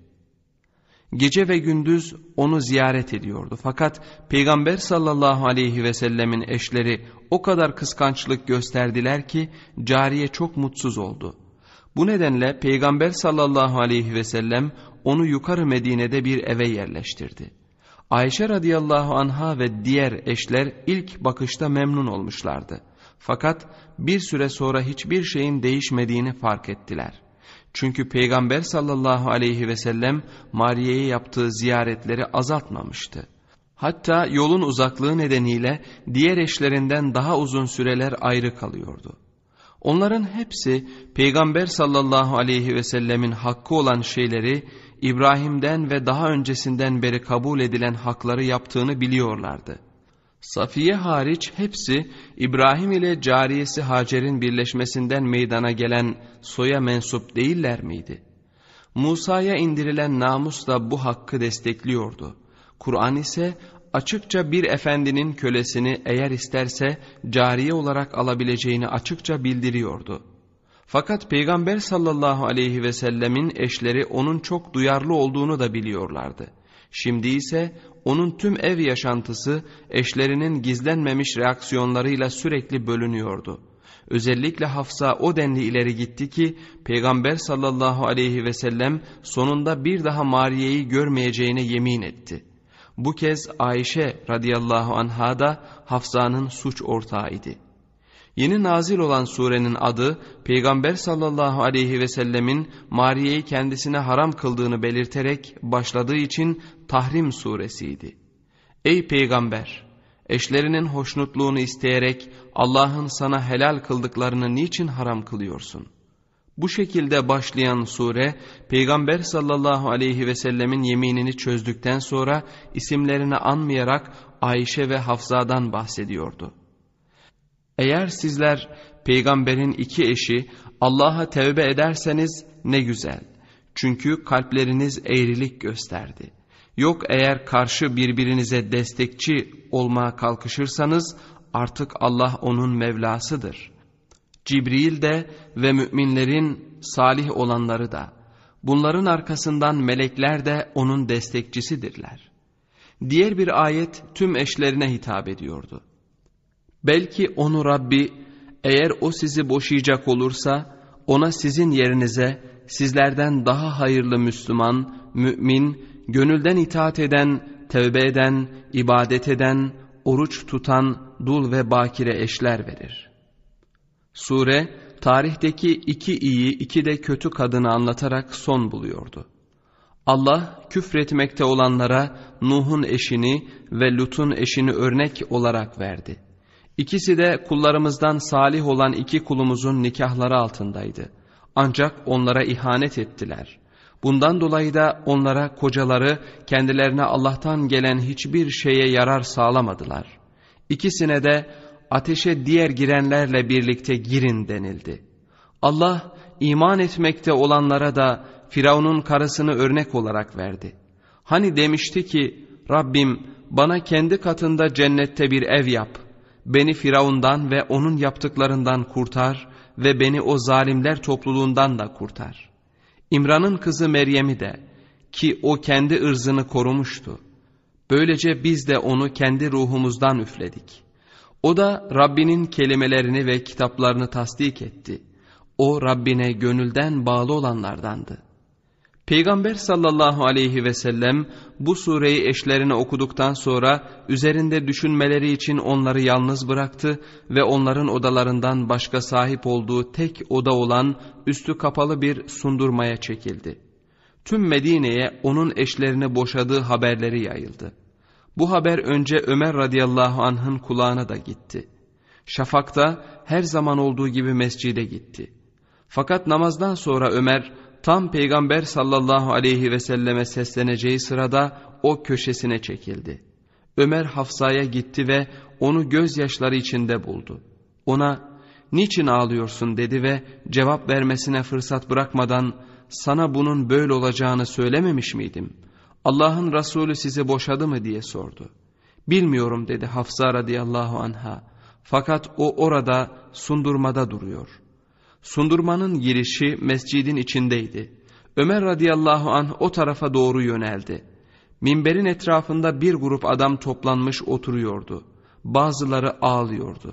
Gece ve gündüz onu ziyaret ediyordu. Fakat Peygamber sallallahu aleyhi ve sellemin eşleri o kadar kıskançlık gösterdiler ki cariye çok mutsuz oldu. Bu nedenle Peygamber sallallahu aleyhi ve sellem onu yukarı Medine'de bir eve yerleştirdi. Ayşe radıyallahu anha ve diğer eşler ilk bakışta memnun olmuşlardı. Fakat bir süre sonra hiçbir şeyin değişmediğini fark ettiler. Çünkü Peygamber sallallahu aleyhi ve sellem Mariye'ye yaptığı ziyaretleri azaltmamıştı. Hatta yolun uzaklığı nedeniyle diğer eşlerinden daha uzun süreler ayrı kalıyordu. Onların hepsi Peygamber sallallahu aleyhi ve sellemin hakkı olan şeyleri İbrahim'den ve daha öncesinden beri kabul edilen hakları yaptığını biliyorlardı. Safiye hariç hepsi İbrahim ile cariyesi Hacer'in birleşmesinden meydana gelen soya mensup değiller miydi? Musa'ya indirilen namus da bu hakkı destekliyordu. Kur'an ise açıkça bir efendinin kölesini eğer isterse cariye olarak alabileceğini açıkça bildiriyordu. Fakat Peygamber sallallahu aleyhi ve sellemin eşleri onun çok duyarlı olduğunu da biliyorlardı. Şimdi ise onun tüm ev yaşantısı eşlerinin gizlenmemiş reaksiyonlarıyla sürekli bölünüyordu. Özellikle Hafsa o denli ileri gitti ki Peygamber sallallahu aleyhi ve sellem sonunda bir daha Mariye'yi görmeyeceğine yemin etti. Bu kez Ayşe radıyallahu anha da Hafsa'nın suç ortağıydı. Yeni nazil olan surenin adı Peygamber sallallahu aleyhi ve sellemin Mariye'yi kendisine haram kıldığını belirterek başladığı için Tahrim suresiydi. Ey Peygamber! Eşlerinin hoşnutluğunu isteyerek Allah'ın sana helal kıldıklarını niçin haram kılıyorsun? Bu şekilde başlayan sure Peygamber sallallahu aleyhi ve sellemin yeminini çözdükten sonra isimlerini anmayarak Ayşe ve Hafsa'dan bahsediyordu. Eğer sizler peygamberin iki eşi Allah'a tevbe ederseniz ne güzel. Çünkü kalpleriniz eğrilik gösterdi. Yok eğer karşı birbirinize destekçi olmaya kalkışırsanız artık Allah onun Mevlasıdır. Cibril de ve müminlerin salih olanları da, bunların arkasından melekler de onun destekçisidirler. Diğer bir ayet tüm eşlerine hitap ediyordu. Belki onu Rabbi eğer o sizi boşayacak olursa ona sizin yerinize sizlerden daha hayırlı Müslüman, mümin, gönülden itaat eden, tevbe eden, ibadet eden, oruç tutan, dul ve bakire eşler verir. Sure, tarihteki iki iyi, iki de kötü kadını anlatarak son buluyordu. Allah, küfretmekte olanlara Nuh'un eşini ve Lut'un eşini örnek olarak verdi. İkisi de kullarımızdan salih olan iki kulumuzun nikahları altındaydı. Ancak onlara ihanet ettiler. Bundan dolayı da onlara kocaları kendilerine Allah'tan gelen hiçbir şeye yarar sağlamadılar. İkisine de ateşe diğer girenlerle birlikte girin denildi. Allah iman etmekte olanlara da Firavun'un karısını örnek olarak verdi. Hani demişti ki, Rabbim bana kendi katında cennette bir ev yap, beni Firavun'dan ve onun yaptıklarından kurtar ve beni o zalimler topluluğundan da kurtar. İmran'ın kızı Meryem'i de, ki o kendi ırzını korumuştu. Böylece biz de onu kendi ruhumuzdan üfledik. O da Rabbinin kelimelerini ve kitaplarını tasdik etti. O Rabbine gönülden bağlı olanlardandı. Peygamber sallallahu aleyhi ve sellem bu sureyi eşlerine okuduktan sonra üzerinde düşünmeleri için onları yalnız bıraktı ve onların odalarından başka sahip olduğu tek oda olan üstü kapalı bir sundurmaya çekildi. Tüm Medine'ye onun eşlerini boşadığı haberleri yayıldı. Bu haber önce Ömer radıyallahu anh'ın kulağına da gitti. Şafakta her zaman olduğu gibi mescide gitti. Fakat namazdan sonra Ömer tam Peygamber sallallahu aleyhi ve selleme sesleneceği sırada o köşesine çekildi. Ömer Hafsa'ya gitti ve onu gözyaşları içinde buldu. Ona "Niçin ağlıyorsun?" dedi ve cevap vermesine fırsat bırakmadan "Sana bunun böyle olacağını söylememiş miydim? Allah'ın Resulü sizi boşadı mı?" diye sordu. "Bilmiyorum" dedi Hafsa radıyallahu anha. Fakat o orada sundurmada duruyor. Sundurmanın girişi mescidin içindeydi. Ömer radıyallahu anh o tarafa doğru yöneldi. Minberin etrafında bir grup adam toplanmış oturuyordu. Bazıları ağlıyordu.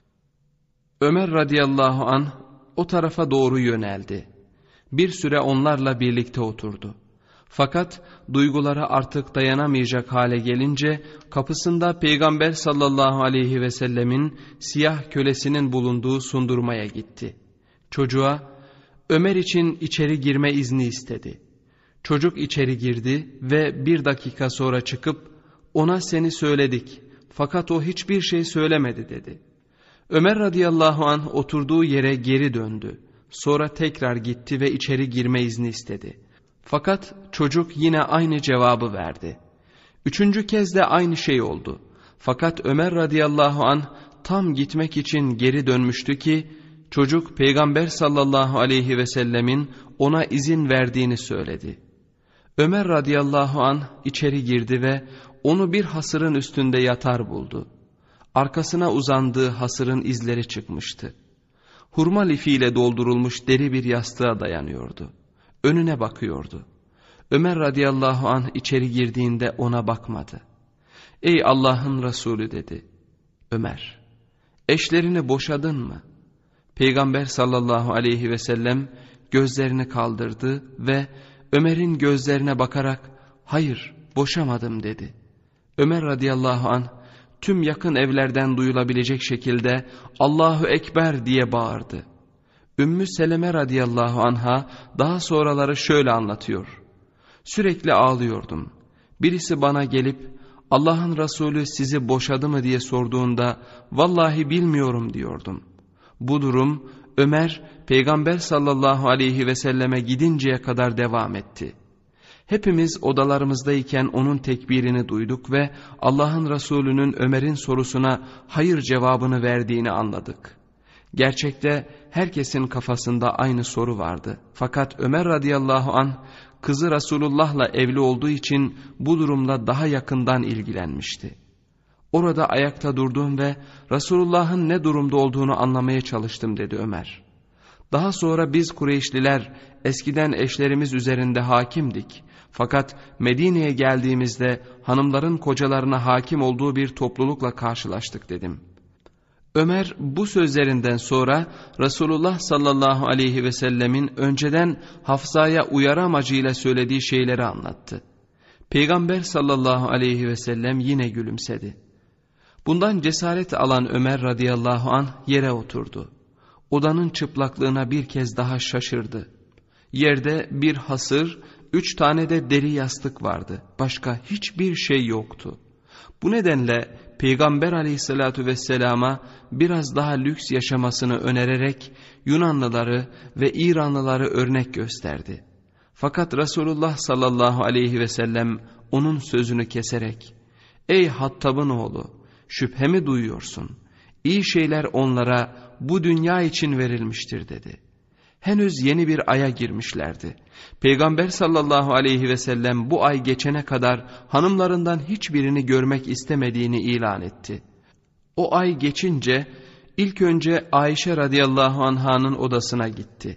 Ömer radıyallahu anh o tarafa doğru yöneldi. Bir süre onlarla birlikte oturdu. Fakat duyguları artık dayanamayacak hale gelince kapısında Peygamber sallallahu aleyhi ve sellemin siyah kölesinin bulunduğu sundurmaya gitti. Çocuğa Ömer için içeri girme izni istedi. Çocuk içeri girdi ve bir dakika sonra çıkıp "Ona seni söyledik fakat o hiçbir şey söylemedi" dedi. Ömer radıyallahu anh oturduğu yere geri döndü. Sonra tekrar gitti ve içeri girme izni istedi. Fakat çocuk yine aynı cevabı verdi. Üçüncü kez de aynı şey oldu. Fakat Ömer radıyallahu anh tam gitmek için geri dönmüştü ki çocuk Peygamber sallallahu aleyhi ve sellemin ona izin verdiğini söyledi. Ömer radıyallahu anh içeri girdi ve onu bir hasırın üstünde yatar buldu. Arkasına uzandığı hasırın izleri çıkmıştı. Hurma lifiyle doldurulmuş deri bir yastığa dayanıyordu. Önüne bakıyordu. Ömer radıyallahu anh içeri girdiğinde ona bakmadı. "Ey Allah'ın Resulü" dedi. Ömer, "Eşlerini boşadın mı?" Peygamber sallallahu aleyhi ve sellem gözlerini kaldırdı ve Ömer'in gözlerine bakarak "Hayır, boşamadım" dedi. Ömer radıyallahu anh tüm yakın evlerden duyulabilecek şekilde "Allahu Ekber" diye bağırdı. Ümmü Seleme radıyallahu anha daha sonraları şöyle anlatıyor. "Sürekli ağlıyordum. Birisi bana gelip Allah'ın Resulü sizi boşadı mı diye sorduğunda vallahi bilmiyorum diyordum. Bu durum Ömer Peygamber sallallahu aleyhi ve selleme gidinceye kadar devam etti. Hepimiz odalarımızdayken onun tekbirini duyduk ve Allah'ın Resulü'nün Ömer'in sorusuna hayır cevabını verdiğini anladık. Gerçekte herkesin kafasında aynı soru vardı. Fakat Ömer radıyallahu anh kızı Resulullah'la evli olduğu için bu durumla daha yakından ilgilenmişti. Orada ayakta durdum ve Resulullah'ın ne durumda olduğunu anlamaya çalıştım dedi Ömer. Daha sonra biz Kureyşliler eskiden eşlerimiz üzerinde hakimdik. Fakat Medine'ye geldiğimizde hanımların kocalarına hakim olduğu bir toplulukla karşılaştık dedim. Ömer bu sözlerinden sonra Resulullah sallallahu aleyhi ve sellemin önceden Hafsa'ya uyarı amacıyla söylediği şeyleri anlattı. Peygamber sallallahu aleyhi ve sellem yine gülümsedi. Bundan cesaret alan Ömer radıyallahu anh yere oturdu. Odanın çıplaklığına bir kez daha şaşırdı. Yerde bir hasır, üç tane de deri yastık vardı. Başka hiçbir şey yoktu. Bu nedenle Peygamber aleyhissalatu vesselama biraz daha lüks yaşamasını önererek Yunanlıları ve İranlıları örnek gösterdi. Fakat Resulullah sallallahu aleyhi ve sellem onun sözünü keserek, "Ey Hattab'ın oğlu, şüphe mi duyuyorsun? İyi şeyler onlara bu dünya için verilmiştir," dedi. Henüz yeni bir aya girmişlerdi. Peygamber sallallahu aleyhi ve sellem bu ay geçene kadar hanımlarından hiçbirini görmek istemediğini ilan etti. O ay geçince ilk önce Ayşe radıyallahu anh'ın odasına gitti.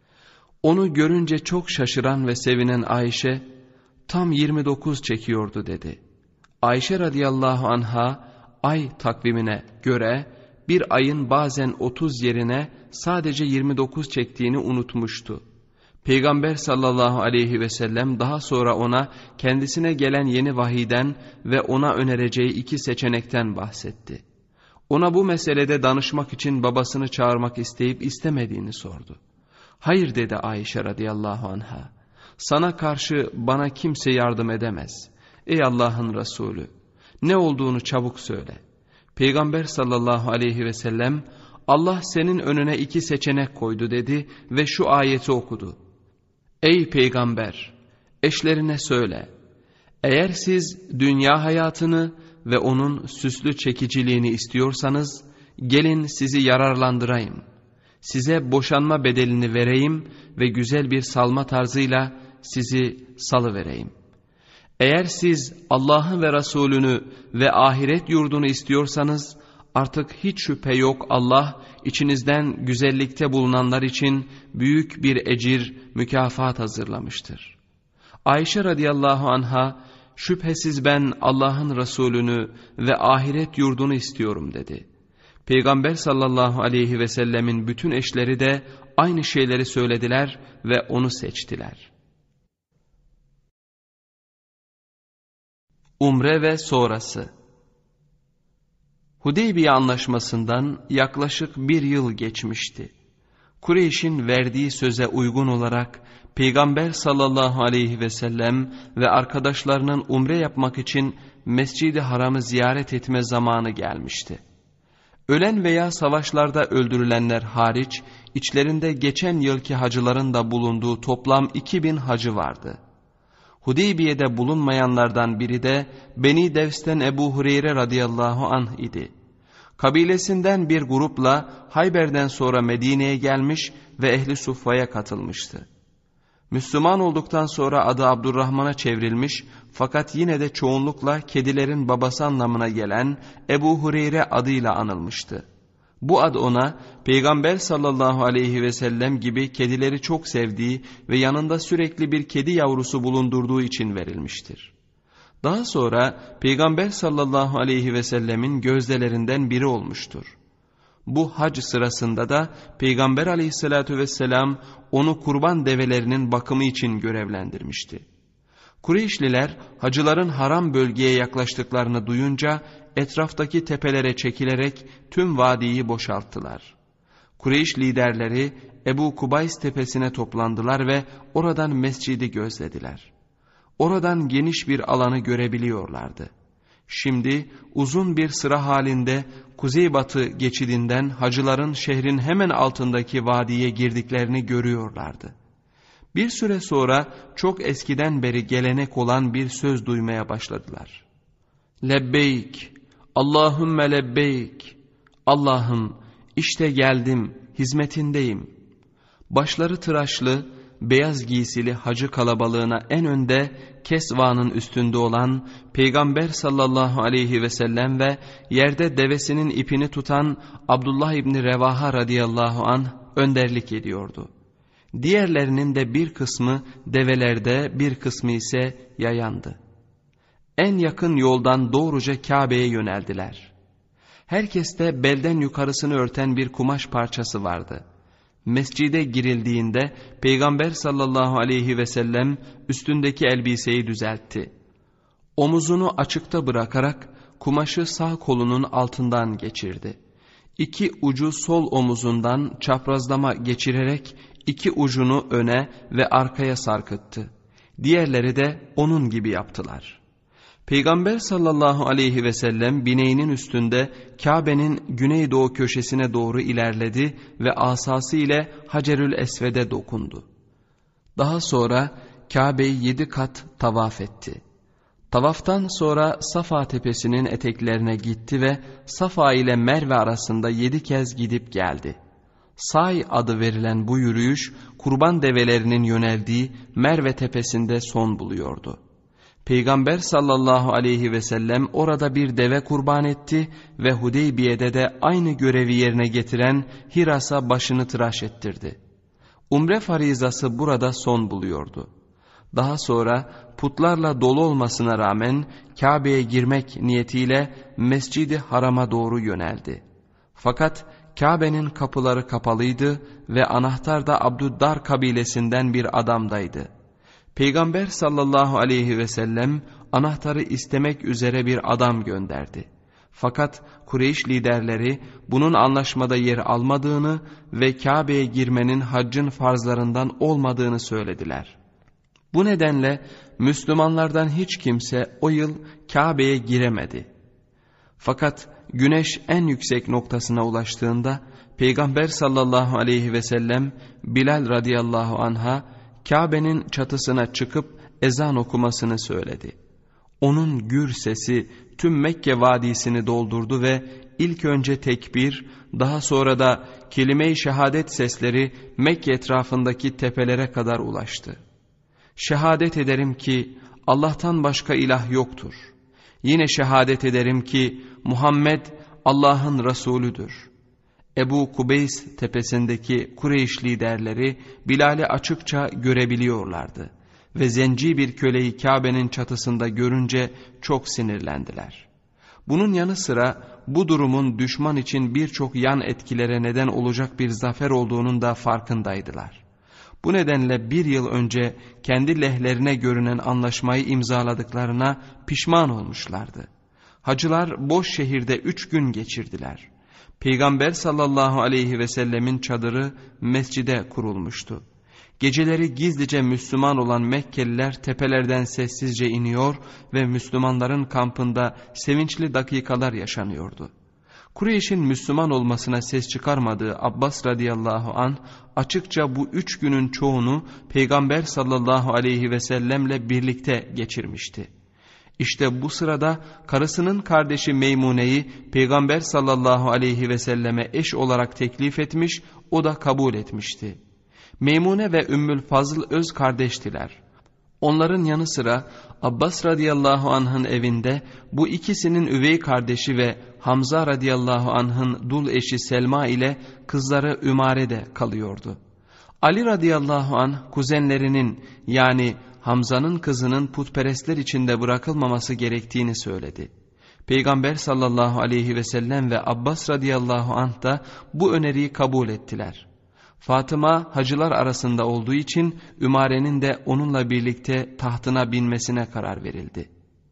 Onu görünce çok şaşıran ve sevinen Ayşe, "Tam yirmi dokuz çekiyordu," dedi. Ayşe radıyallahu anh'a ay takvimine göre bir ayın bazen otuz yerine sadece yirmi dokuz çektiğini unutmuştu. Peygamber sallallahu aleyhi ve sellem daha sonra ona kendisine gelen yeni vahiyden ve ona önereceği iki seçenekten bahsetti. Ona bu meselede danışmak için babasını çağırmak isteyip istemediğini sordu. "Hayır," dedi Ayşe radıyallahu anha. "Sana karşı bana kimse yardım edemez. Ey Allah'ın Resulü, ne olduğunu çabuk söyle." Peygamber sallallahu aleyhi ve sellem, "Allah senin önüne iki seçenek koydu," dedi ve şu ayeti okudu. "Ey Peygamber, eşlerine söyle, eğer siz dünya hayatını ve onun süslü çekiciliğini istiyorsanız, gelin sizi yararlandırayım. Size boşanma bedelini vereyim ve güzel bir salma tarzıyla sizi salıvereyim. Eğer siz Allah'ı ve Resulünü ve ahiret yurdunu istiyorsanız, artık hiç şüphe yok Allah içinizden güzellikte bulunanlar için büyük bir ecir, mükafat hazırlamıştır." Ayşe radıyallahu anha, "Şüphesiz ben Allah'ın Resulünü ve ahiret yurdunu istiyorum," dedi. Peygamber sallallahu aleyhi ve sellemin bütün eşleri de aynı şeyleri söylediler ve onu seçtiler. Umre ve sonrası. Hudeybiye anlaşmasından yaklaşık bir yıl geçmişti. Kureyş'in verdiği söze uygun olarak Peygamber sallallahu aleyhi ve sellem ve arkadaşlarının umre yapmak için Mescid-i Haram'ı ziyaret etme zamanı gelmişti. Ölen veya savaşlarda öldürülenler hariç, içlerinde geçen yılki hacıların da bulunduğu toplam iki bin hacı vardı. Hudeybiye'de bulunmayanlardan biri de Beni Devs'ten Ebu Hureyre radıyallahu anh idi. Kabilesinden bir grupla Hayber'den sonra Medine'ye gelmiş ve Ehli Suffa'ya katılmıştı. Müslüman olduktan sonra adı Abdurrahman'a çevrilmiş fakat yine de çoğunlukla kedilerin babası anlamına gelen Ebu Hureyre adıyla anılmıştı. Bu ad ona Peygamber sallallahu aleyhi ve sellem gibi kedileri çok sevdiği ve yanında sürekli bir kedi yavrusu bulundurduğu için verilmiştir. Daha sonra Peygamber sallallahu aleyhi ve sellemin gözdelerinden biri olmuştur. Bu hac sırasında da Peygamber aleyhissalatu vesselam onu kurban develerinin bakımı için görevlendirmişti. Kureyşliler hacıların haram bölgeye yaklaştıklarını duyunca etraftaki tepelere çekilerek tüm vadiyi boşalttılar. Kureyş liderleri Ebu Kubays tepesine toplandılar ve oradan mescidi gözlediler. Oradan geniş bir alanı görebiliyorlardı. Şimdi uzun bir sıra halinde kuzeybatı geçidinden hacıların şehrin hemen altındaki vadiye girdiklerini görüyorlardı. Bir süre sonra çok eskiden beri gelenek olan bir söz duymaya başladılar. Lebbeyk, Allahümme lebbeyk. Allah'ım işte geldim, hizmetindeyim. Başları tıraşlı, beyaz giysili hacı kalabalığına en önde Kesva'nın üstünde olan Peygamber sallallahu aleyhi ve sellem ve yerde devesinin ipini tutan Abdullah İbni Revaha radıyallahu anh önderlik ediyordu. Diğerlerinin de bir kısmı develerde, bir kısmı ise yayandı. En yakın yoldan doğruca Kabe'ye yöneldiler. Herkeste belden yukarısını örten bir kumaş parçası vardı. Mescide girildiğinde Peygamber sallallahu aleyhi ve sellem üstündeki elbiseyi düzeltti. Omuzunu açıkta bırakarak kumaşı sağ kolunun altından geçirdi. İki ucu sol omuzundan çaprazlama geçirerek iki ucunu öne ve arkaya sarkıttı. Diğerleri de onun gibi yaptılar. Peygamber sallallahu aleyhi ve sellem bineğinin üstünde Kabe'nin güneydoğu köşesine doğru ilerledi ve asası ile Hacerül Esved'e dokundu. Daha sonra Kabe'yi yedi kat tavaf etti. Tavaftan sonra Safa tepesinin eteklerine gitti ve Safa ile Merve arasında yedi kez gidip geldi. Say adı verilen bu yürüyüş kurban develerinin yöneldiği Merve tepesinde son buluyordu. Peygamber sallallahu aleyhi ve sellem orada bir deve kurban etti ve Hudeybiye'de de aynı görevi yerine getiren Hiras'a başını tıraş ettirdi. Umre farizası burada son buluyordu. Daha sonra putlarla dolu olmasına rağmen Kabe'ye girmek niyetiyle Mescid-i Haram'a doğru yöneldi. Fakat Kabe'nin kapıları kapalıydı ve anahtar da Abdüddar kabilesinden bir adamdaydı. Peygamber sallallahu aleyhi ve sellem anahtarı istemek üzere bir adam gönderdi. Fakat Kureyş liderleri bunun anlaşmada yer almadığını ve Kabe'ye girmenin haccın farzlarından olmadığını söylediler. Bu nedenle Müslümanlardan hiç kimse o yıl Kabe'ye giremedi. Fakat güneş en yüksek noktasına ulaştığında Peygamber sallallahu aleyhi ve sellem Bilal radıyallahu anh'a Kabe'nin çatısına çıkıp ezan okumasını söyledi. Onun gür sesi tüm Mekke vadisini doldurdu ve ilk önce tekbir, daha sonra da kelime-i şehadet sesleri Mekke etrafındaki tepelere kadar ulaştı. Şehadet ederim ki Allah'tan başka ilah yoktur. Yine şehadet ederim ki Muhammed Allah'ın Resulüdür. Ebu Kubeys tepesindeki Kureyş liderleri Bilal'i açıkça görebiliyorlardı ve zenci bir köleyi Kabe'nin çatısında görünce çok sinirlendiler. Bunun yanı sıra bu durumun düşman için birçok yan etkilere neden olacak bir zafer olduğunun da farkındaydılar. Bu nedenle bir yıl önce kendi lehlerine görünen anlaşmayı imzaladıklarına pişman olmuşlardı. Hacılar boş şehirde üç gün geçirdiler. Peygamber sallallahu aleyhi ve sellemin çadırı mescide kurulmuştu. Geceleri gizlice Müslüman olan Mekkeliler tepelerden sessizce iniyor ve Müslümanların kampında sevinçli dakikalar yaşanıyordu. Kureyş'in Müslüman olmasına ses çıkarmadığı Abbas radıyallahu anh açıkça bu üç günün çoğunu Peygamber sallallahu aleyhi ve sellemle birlikte geçirmişti. İşte bu sırada karısının kardeşi Meymune'yi Peygamber sallallahu aleyhi ve selleme eş olarak teklif etmiş, o da kabul etmişti. Meymune ve Ümmül Fazıl öz kardeştiler. Onların yanı sıra Abbas radıyallahu anh'ın evinde bu ikisinin üvey kardeşi ve Hamza radıyallahu anh'ın dul eşi Selma ile kızları Ümare de kalıyordu. Ali radıyallahu anh kuzenlerinin yani Hamza'nın kızının putperestler içinde bırakılmaması gerektiğini söyledi. Peygamber sallallahu aleyhi ve sellem ve Abbas radıyallahu anh da bu öneriyi kabul ettiler. Fatıma hacılar arasında olduğu için Ümare'nin de onunla birlikte tahtına binmesine karar verildi.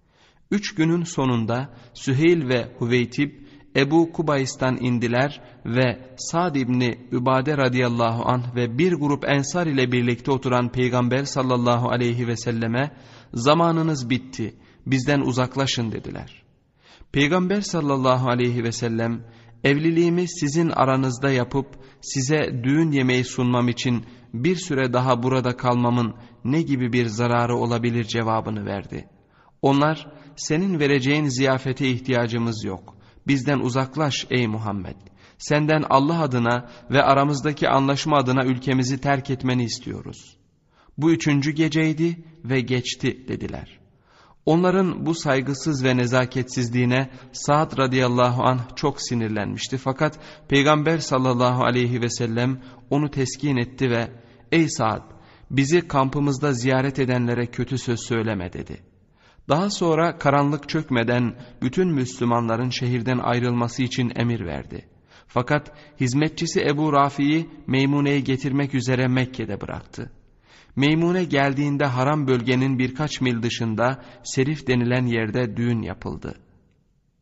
Üç günün sonunda Süheyl ve Hüveytib Ebu Kubays'tan indiler ve Sa'd İbni Übade radıyallahu anh ve bir grup ensar ile birlikte oturan Peygamber sallallahu aleyhi ve selleme zamanınız bitti, bizden uzaklaşın dediler. Peygamber sallallahu aleyhi ve sellem evliliğimi sizin aranızda yapıp size düğün yemeği sunmam için bir süre daha burada kalmamın ne gibi bir zararı olabilir cevabını verdi. Onlar senin vereceğin ziyafete ihtiyacımız yok. Bizden uzaklaş ey Muhammed. Senden Allah adına ve aramızdaki anlaşma adına ülkemizi terk etmeni istiyoruz. Bu üçüncü geceydi ve geçti dediler. Onların bu saygısız ve nezaketsizliğine Sa'd radıyallahu anh çok sinirlenmişti. Fakat Peygamber sallallahu aleyhi ve sellem onu teskin etti ve ey Sa'd bizi kampımızda ziyaret edenlere kötü söz söyleme dedi. Daha sonra karanlık çökmeden bütün Müslümanların şehirden ayrılması için emir verdi. Fakat hizmetçisi Ebu Rafi'yi Meymune'yi getirmek üzere Mekke'de bıraktı. Meymune geldiğinde haram bölgenin birkaç mil dışında Serif denilen yerde düğün yapıldı.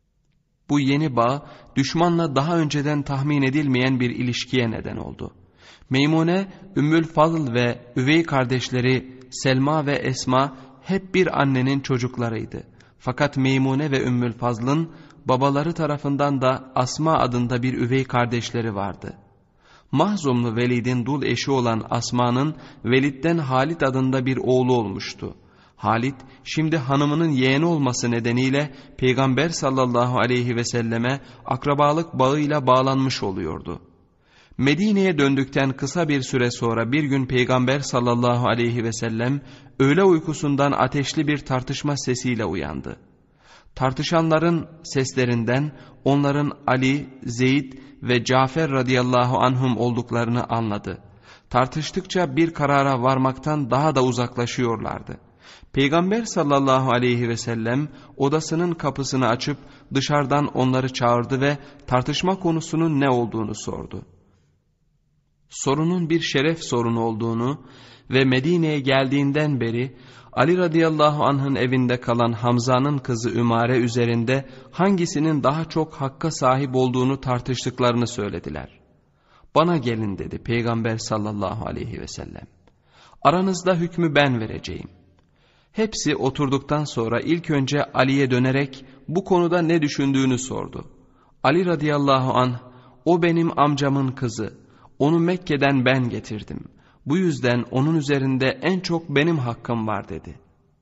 Bu yeni bağ düşmanla daha önceden tahmin edilmeyen bir ilişkiye neden oldu. Meymune, Ümmül Fadıl ve üvey kardeşleri Selma ve Esma hep bir annenin çocuklarıydı. Fakat Meymune ve Ümmül Fazl'ın babaları tarafından da Asma adında bir üvey kardeşleri vardı. Mahzumlu Velid'in dul eşi olan Asma'nın Velid'den Halit adında bir oğlu olmuştu. Halit şimdi hanımının yeğeni olması nedeniyle Peygamber sallallahu aleyhi ve selleme akrabalık bağıyla bağlanmış oluyordu. Medine'ye döndükten kısa bir süre sonra bir gün Peygamber sallallahu aleyhi ve sellem öğle uykusundan ateşli bir tartışma sesiyle uyandı. Tartışanların seslerinden onların Ali, Zeyd ve Cafer radıyallahu anhum olduklarını anladı. Tartıştıkça bir karara varmaktan daha da uzaklaşıyorlardı. Peygamber sallallahu aleyhi ve sellem odasının kapısını açıp dışarıdan onları çağırdı ve tartışma konusunun ne olduğunu sordu. Sorunun bir şeref sorunu olduğunu ve Medine'ye geldiğinden beri Ali radıyallahu anh'ın evinde kalan Hamza'nın kızı Ümare üzerinde hangisinin daha çok hakka sahip olduğunu tartıştıklarını söylediler. Bana gelin dedi Peygamber sallallahu aleyhi ve sellem. Aranızda hükmü ben vereceğim. Hepsi oturduktan sonra ilk önce Ali'ye dönerek bu konuda ne düşündüğünü sordu. Ali radıyallahu anh, o benim amcamın kızı, onu Mekke'den ben getirdim. Bu yüzden onun üzerinde en çok benim hakkım var dedi.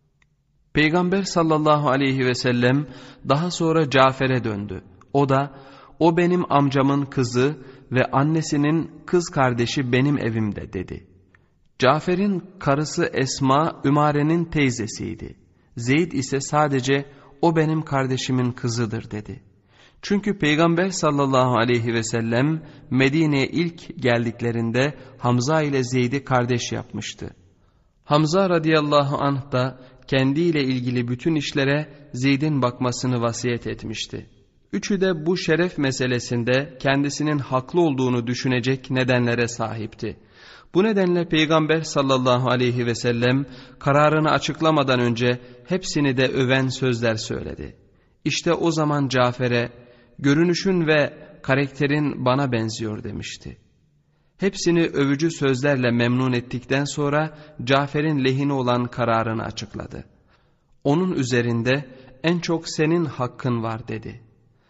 Peygamber sallallahu aleyhi ve sellem daha sonra Cafer'e döndü. O da, o benim amcamın kızı ve annesinin kız kardeşi benim evimde dedi. Cafer'in karısı Esma, Ümare'nin teyzesiydi. Zeyd ise sadece o benim kardeşimin kızıdır dedi. Çünkü Peygamber sallallahu aleyhi ve sellem Medine'ye ilk geldiklerinde Hamza ile Zeyd'i kardeş yapmıştı. Hamza radıyallahu anh da kendiyle ilgili bütün işlere Zeyd'in bakmasını vasiyet etmişti. Üçü de bu şeref meselesinde kendisinin haklı olduğunu düşünecek nedenlere sahipti. Bu nedenle Peygamber sallallahu aleyhi ve sellem kararını açıklamadan önce hepsini de öven sözler söyledi. İşte o zaman Cafer'e, görünüşün ve karakterin bana benziyor demişti. Hepsini övücü sözlerle memnun ettikten sonra Cafer'in lehine olan kararını açıkladı. Onun üzerinde en çok senin hakkın var dedi.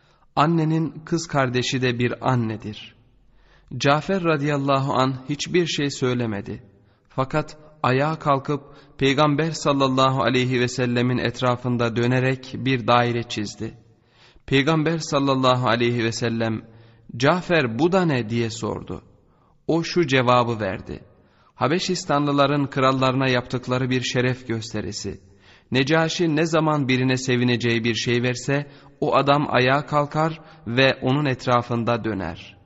Annenin kız kardeşi de bir annedir. Cafer radıyallahu anh hiçbir şey söylemedi. Fakat ayağa kalkıp Peygamber sallallahu aleyhi ve sellemin etrafında dönerek bir daire çizdi. Peygamber sallallahu aleyhi ve sellem, Cafer bu da ne diye sordu. O şu cevabı verdi. Habeşistanlıların krallarına yaptıkları bir şeref gösterisi. Necaşi ne zaman birine sevineceği bir şey verse o adam ayağa kalkar ve onun etrafında döner.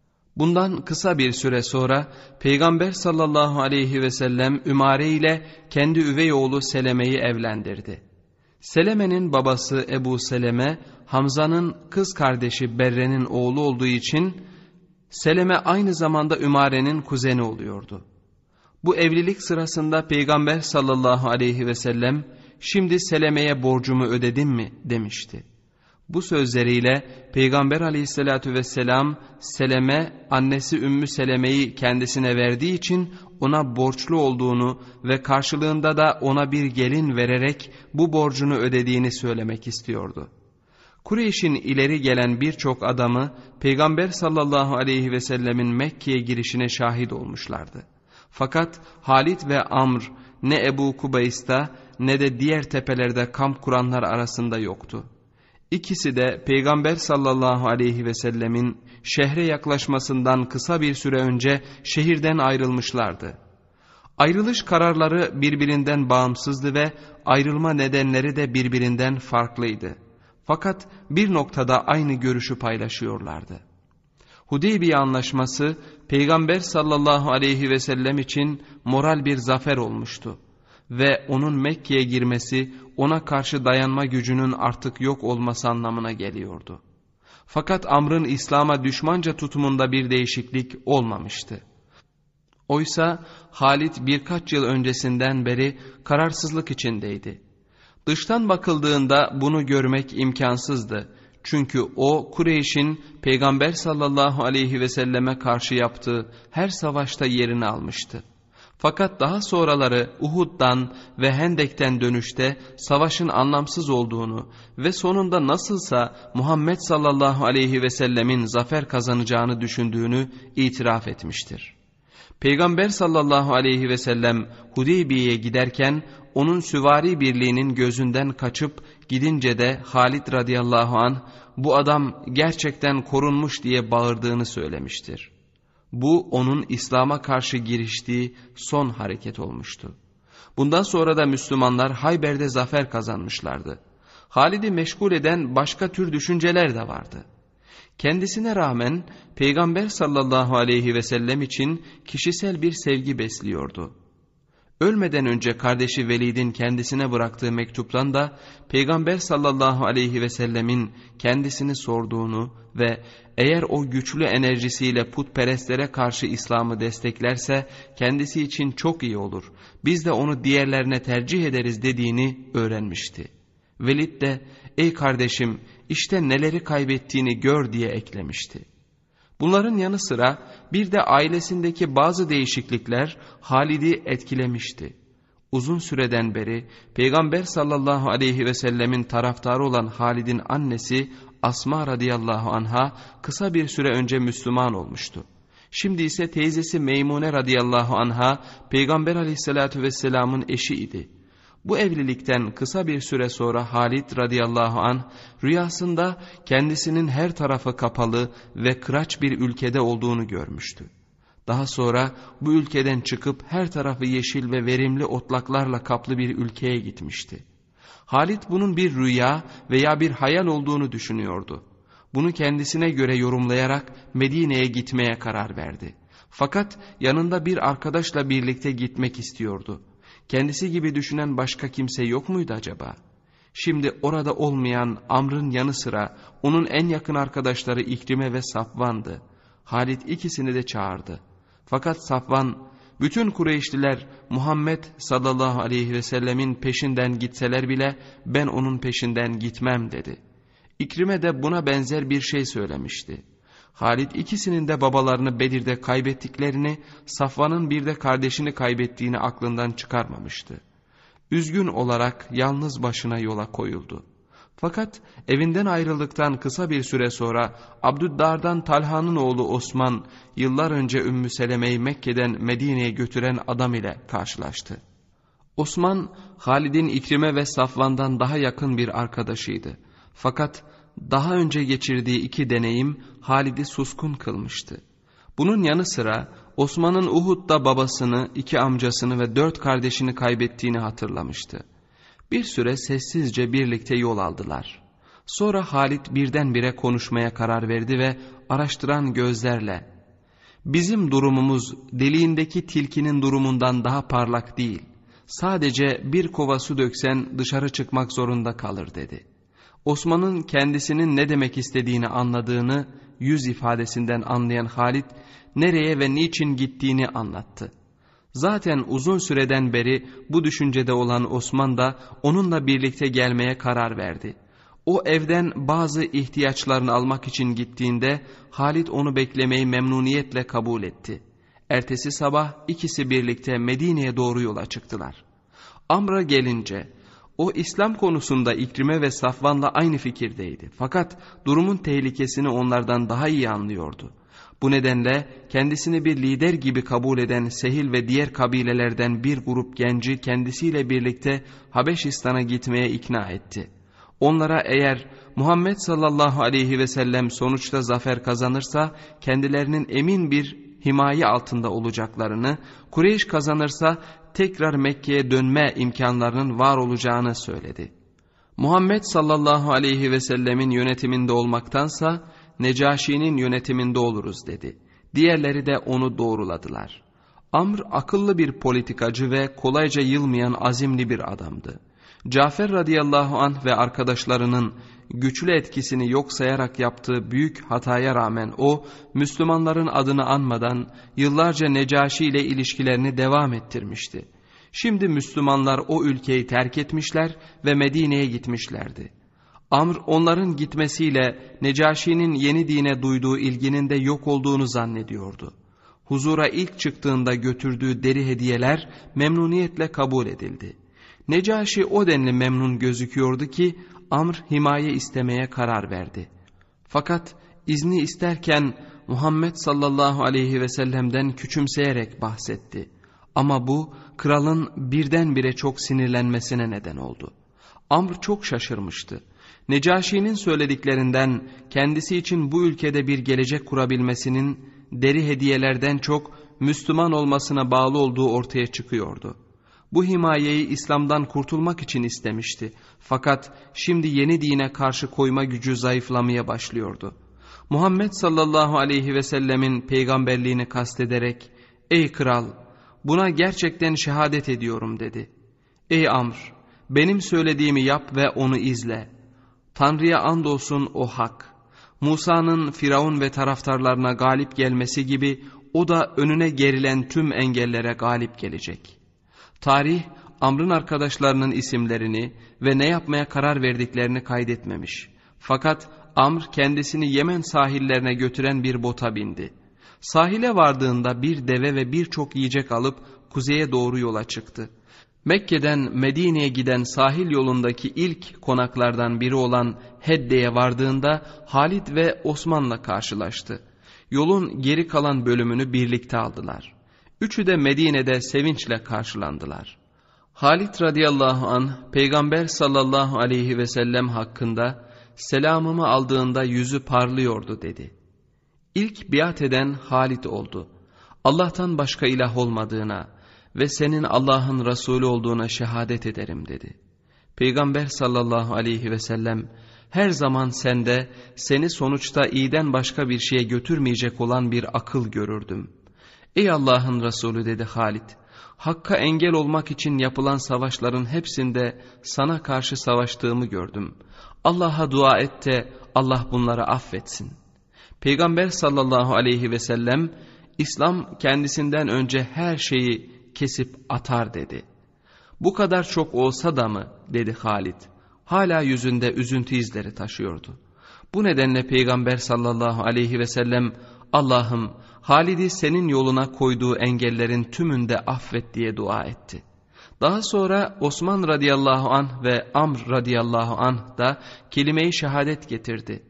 Bundan kısa bir süre sonra Peygamber sallallahu aleyhi ve sellem Ümare ile kendi üvey oğlu Seleme'yi evlendirdi. Seleme'nin babası Ebu Seleme, Hamza'nın kız kardeşi Berre'nin oğlu olduğu için Seleme aynı zamanda Ümare'nin kuzeni oluyordu. Bu evlilik sırasında Peygamber sallallahu aleyhi ve sellem, şimdi Seleme'ye borcumu ödedim mi demişti. Bu sözleriyle Peygamber aleyhissalatü vesselam Seleme annesi Ümmü Seleme'yi kendisine verdiği için ona borçlu olduğunu ve karşılığında da ona bir gelin vererek bu borcunu ödediğini söylemek istiyordu. Kureyş'in ileri gelen birçok adamı Peygamber sallallahu aleyhi ve sellemin Mekke'ye girişine şahit olmuşlardı. Fakat Halit ve Amr ne Ebu Kubays'ta ne de diğer tepelerde kamp kuranlar arasında yoktu. İkisi de Peygamber sallallahu aleyhi ve sellemin şehre yaklaşmasından kısa bir süre önce şehirden ayrılmışlardı. Ayrılış kararları birbirinden bağımsızdı ve ayrılma nedenleri de birbirinden farklıydı. Fakat bir noktada aynı görüşü paylaşıyorlardı. Hudeybiye Anlaşması Peygamber sallallahu aleyhi ve sellem için moral bir zafer olmuştu. Ve onun Mekke'ye girmesi ona karşı dayanma gücünün artık yok olması anlamına geliyordu. Fakat Amr'ın İslam'a düşmanca tutumunda bir değişiklik olmamıştı. Oysa Halit birkaç yıl öncesinden beri kararsızlık içindeydi. Dıştan bakıldığında bunu görmek imkansızdı. Çünkü o Kureyş'in Peygamber sallallahu aleyhi ve selleme karşı yaptığı her savaşta yerini almıştı. Fakat daha sonraları Uhud'dan ve Hendek'ten dönüşte savaşın anlamsız olduğunu ve sonunda nasılsa Muhammed sallallahu aleyhi ve sellemin zafer kazanacağını düşündüğünü itiraf etmiştir. Peygamber sallallahu aleyhi ve sellem Hudeybiye'ye giderken onun süvari birliğinin gözünden kaçıp gidince de Halid radıyallahu anh bu adam gerçekten korunmuş diye bağırdığını söylemiştir. Bu onun İslam'a karşı giriştiği son hareket olmuştu. Bundan sonra da Müslümanlar Hayber'de zafer kazanmışlardı. Halid'i meşgul eden başka tür düşünceler de vardı. Kendisine rağmen Peygamber sallallahu aleyhi ve sellem için kişisel bir sevgi besliyordu. Ölmeden önce kardeşi Velid'in kendisine bıraktığı mektuptan da Peygamber sallallahu aleyhi ve sellemin kendisini sorduğunu ve eğer o güçlü enerjisiyle putperestlere karşı İslam'ı desteklerse kendisi için çok iyi olur, biz de onu diğerlerine tercih ederiz dediğini öğrenmişti. Velid de ey kardeşim işte neleri kaybettiğini gör diye eklemişti. Bunların yanı sıra bir de ailesindeki bazı değişiklikler Halid'i etkilemişti. Uzun süreden beri Peygamber sallallahu aleyhi ve sellemin taraftarı olan Halid'in annesi Asma radıyallahu anha kısa bir süre önce Müslüman olmuştu. Şimdi ise teyzesi Meymune radıyallahu anha Peygamber aleyhissalatü vesselamın eşi idi. Bu evlilikten kısa bir süre sonra Halid radıyallahu anh rüyasında kendisinin her tarafı kapalı ve kıraç bir ülkede olduğunu görmüştü. Daha sonra bu ülkeden çıkıp her tarafı yeşil ve verimli otlaklarla kaplı bir ülkeye gitmişti. Halid bunun bir rüya veya bir hayal olduğunu düşünüyordu. Bunu kendisine göre yorumlayarak Medine'ye gitmeye karar verdi. Fakat yanında bir arkadaşla birlikte gitmek istiyordu. Kendisi gibi düşünen başka kimse yok muydu acaba? Şimdi orada olmayan Amr'ın yanı sıra onun en yakın arkadaşları İkrime ve Safvan'dı. Halid ikisini de çağırdı. Fakat Safvan, bütün Kureyşliler Muhammed sallallahu aleyhi ve sellemin peşinden gitseler bile ben onun peşinden gitmem dedi. İkrime de buna benzer bir şey söylemişti. Halid ikisinin de babalarını Bedir'de kaybettiklerini, Safvan'ın bir de kardeşini kaybettiğini aklından çıkarmamıştı. Üzgün olarak yalnız başına yola koyuldu. Fakat evinden ayrıldıktan kısa bir süre sonra Abdüddar'dan Talha'nın oğlu Osman yıllar önce Ümmü Seleme'yi Mekke'den Medine'ye götüren adam ile karşılaştı. Osman, Halid'in İkrime ve Safvan'dan daha yakın bir arkadaşıydı. Fakat daha önce geçirdiği iki deneyim Halid'i suskun kılmıştı. Bunun yanı sıra Osman'ın Uhud'da babasını, iki amcasını ve dört kardeşini kaybettiğini hatırlamıştı. Bir süre sessizce birlikte yol aldılar. Sonra Halid birdenbire konuşmaya karar verdi ve araştıran gözlerle "Bizim durumumuz deliğindeki tilkinin durumundan daha parlak değil. Sadece bir kova su döksen dışarı çıkmak zorunda kalır" dedi. Osman'ın kendisinin ne demek istediğini anladığını yüz ifadesinden anlayan Halid nereye ve niçin gittiğini anlattı. Zaten uzun süreden beri bu düşüncede olan Osman da onunla birlikte gelmeye karar verdi. O evden bazı ihtiyaçlarını almak için gittiğinde Halid onu beklemeyi memnuniyetle kabul etti. Ertesi sabah ikisi birlikte Medine'ye doğru yola çıktılar. Amr'a gelince o İslam konusunda İkrime ve Safvan'la aynı fikirdeydi. Fakat durumun tehlikesini onlardan daha iyi anlıyordu. Bu nedenle kendisini bir lider gibi kabul eden Sehil ve diğer kabilelerden bir grup genci kendisiyle birlikte Habeşistan'a gitmeye ikna etti. Onlara eğer Muhammed sallallahu aleyhi ve sellem sonuçta zafer kazanırsa kendilerinin emin bir himaye altında olacaklarını, Kureyş kazanırsa tekrar Mekke'ye dönme imkanlarının var olacağını söyledi. Muhammed sallallahu aleyhi ve sellemin yönetiminde olmaktansa Necaşi'nin yönetiminde oluruz dedi. Diğerleri de onu doğruladılar. Amr akıllı bir politikacı ve kolayca yılmayan azimli bir adamdı. Cafer radıyallahu anh ve arkadaşlarının güçlü etkisini yok sayarak yaptığı büyük hataya rağmen o, Müslümanların adını anmadan yıllarca Necaşi ile ilişkilerini devam ettirmişti. Şimdi Müslümanlar o ülkeyi terk etmişler ve Medine'ye gitmişlerdi. Amr onların gitmesiyle Necaşi'nin yeni dine duyduğu ilginin de yok olduğunu zannediyordu. Huzura ilk çıktığında götürdüğü deri hediyeler memnuniyetle kabul edildi. Necaşi o denli memnun gözüküyordu ki Amr himaye istemeye karar verdi. Fakat izni isterken Muhammed sallallahu aleyhi ve sellem'den küçümseyerek bahsetti. Ama bu kralın birdenbire çok sinirlenmesine neden oldu. Amr çok şaşırmıştı. Necaşi'nin söylediklerinden kendisi için bu ülkede bir gelecek kurabilmesinin deri hediyelerden çok Müslüman olmasına bağlı olduğu ortaya çıkıyordu. Bu himayeyi İslam'dan kurtulmak için istemişti. Fakat şimdi yeni dine karşı koyma gücü zayıflamaya başlıyordu. Muhammed sallallahu aleyhi ve sellemin peygamberliğini kastederek "Ey kral, buna gerçekten şehadet ediyorum" dedi. "Ey Amr, benim söylediğimi yap ve onu izle. Tanrı'ya andolsun o hak. Musa'nın Firavun ve taraftarlarına galip gelmesi gibi o da önüne gerilen tüm engellere galip gelecek." Tarih, Amr'ın arkadaşlarının isimlerini ve ne yapmaya karar verdiklerini kaydetmemiş. Fakat Amr kendisini Yemen sahillerine götüren bir bota bindi. Sahile vardığında bir deve ve birçok yiyecek alıp kuzeye doğru yola çıktı. Mekke'den Medine'ye giden sahil yolundaki ilk konaklardan biri olan Hedde'ye vardığında Halid ve Osman'la karşılaştı. Yolun geri kalan bölümünü birlikte aldılar. Üçü de Medine'de sevinçle karşılandılar. Halid radıyallahu anh Peygamber sallallahu aleyhi ve sellem hakkında "Selamımı aldığında yüzü parlıyordu" dedi. İlk biat eden Halid oldu. "Allah'tan başka ilah olmadığına ve senin Allah'ın Resulü olduğuna şehadet ederim" dedi. Peygamber sallallahu aleyhi ve sellem "Her zaman sende seni sonuçta iyiden başka bir şeye götürmeyecek olan bir akıl görürdüm." "Ey Allah'ın Resulü" dedi Halid, "Hakka engel olmak için yapılan savaşların hepsinde sana karşı savaştığımı gördüm. Allah'a dua et de Allah bunları affetsin." Peygamber sallallahu aleyhi ve sellem "İslam kendisinden önce her şeyi kesip atar" dedi. "Bu kadar çok olsa da mı?" dedi Halid. Hala yüzünde üzüntü izleri taşıyordu. Bu nedenle Peygamber sallallahu aleyhi ve sellem "Allah'ım, Halid'i senin yoluna koyduğu engellerin tümünde affet" diye dua etti. Daha sonra Osman radıyallahu anh ve Amr radıyallahu anh da kelime-i şehadet getirdi.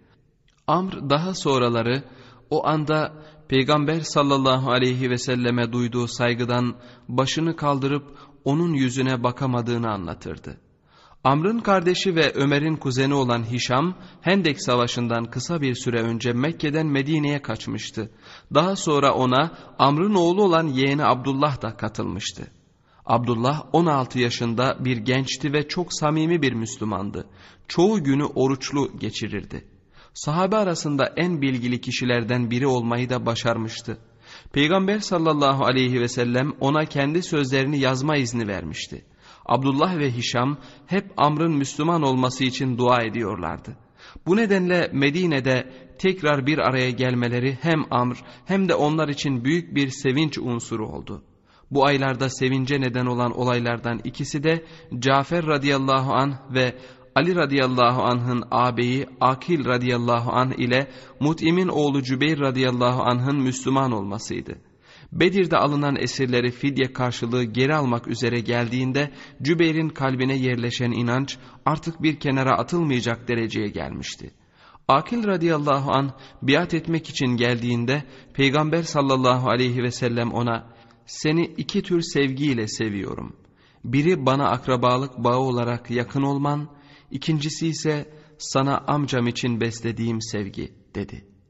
Amr daha sonraları o anda Peygamber sallallahu aleyhi ve selleme duyduğu saygıdan başını kaldırıp onun yüzüne bakamadığını anlatırdı. Amr'ın kardeşi ve Ömer'in kuzeni olan Hişam, Hendek Savaşı'ndan kısa bir süre önce Mekke'den Medine'ye kaçmıştı. Daha sonra ona Amr'ın oğlu olan yeğeni Abdullah da katılmıştı. Abdullah on altı yaşında bir gençti ve çok samimi bir Müslümandı. Çoğu günü oruçlu geçirirdi. Sahabe arasında en bilgili kişilerden biri olmayı da başarmıştı. Peygamber sallallahu aleyhi ve sellem ona kendi sözlerini yazma izni vermişti. Abdullah ve Hişam hep Amr'ın Müslüman olması için dua ediyorlardı. Bu nedenle Medine'de tekrar bir araya gelmeleri hem Amr hem de onlar için büyük bir sevinç unsuru oldu. Bu aylarda sevince neden olan olaylardan ikisi de Cafer radıyallahu anh ve Ali radıyallahu anh'ın ağabeyi Akil radıyallahu anh ile Mut'im'in oğlu Cübeyr radıyallahu anh'ın Müslüman olmasıydı. Bedir'de alınan esirleri fidye karşılığı geri almak üzere geldiğinde Cübeyr'in kalbine yerleşen inanç artık bir kenara atılmayacak dereceye gelmişti. Akil radıyallahu anh biat etmek için geldiğinde Peygamber sallallahu aleyhi ve sellem ona "Seni iki tür sevgiyle seviyorum. Biri bana akrabalık bağı olarak yakın olman, ikincisi ise sana amcam için beslediğim sevgi" dedi.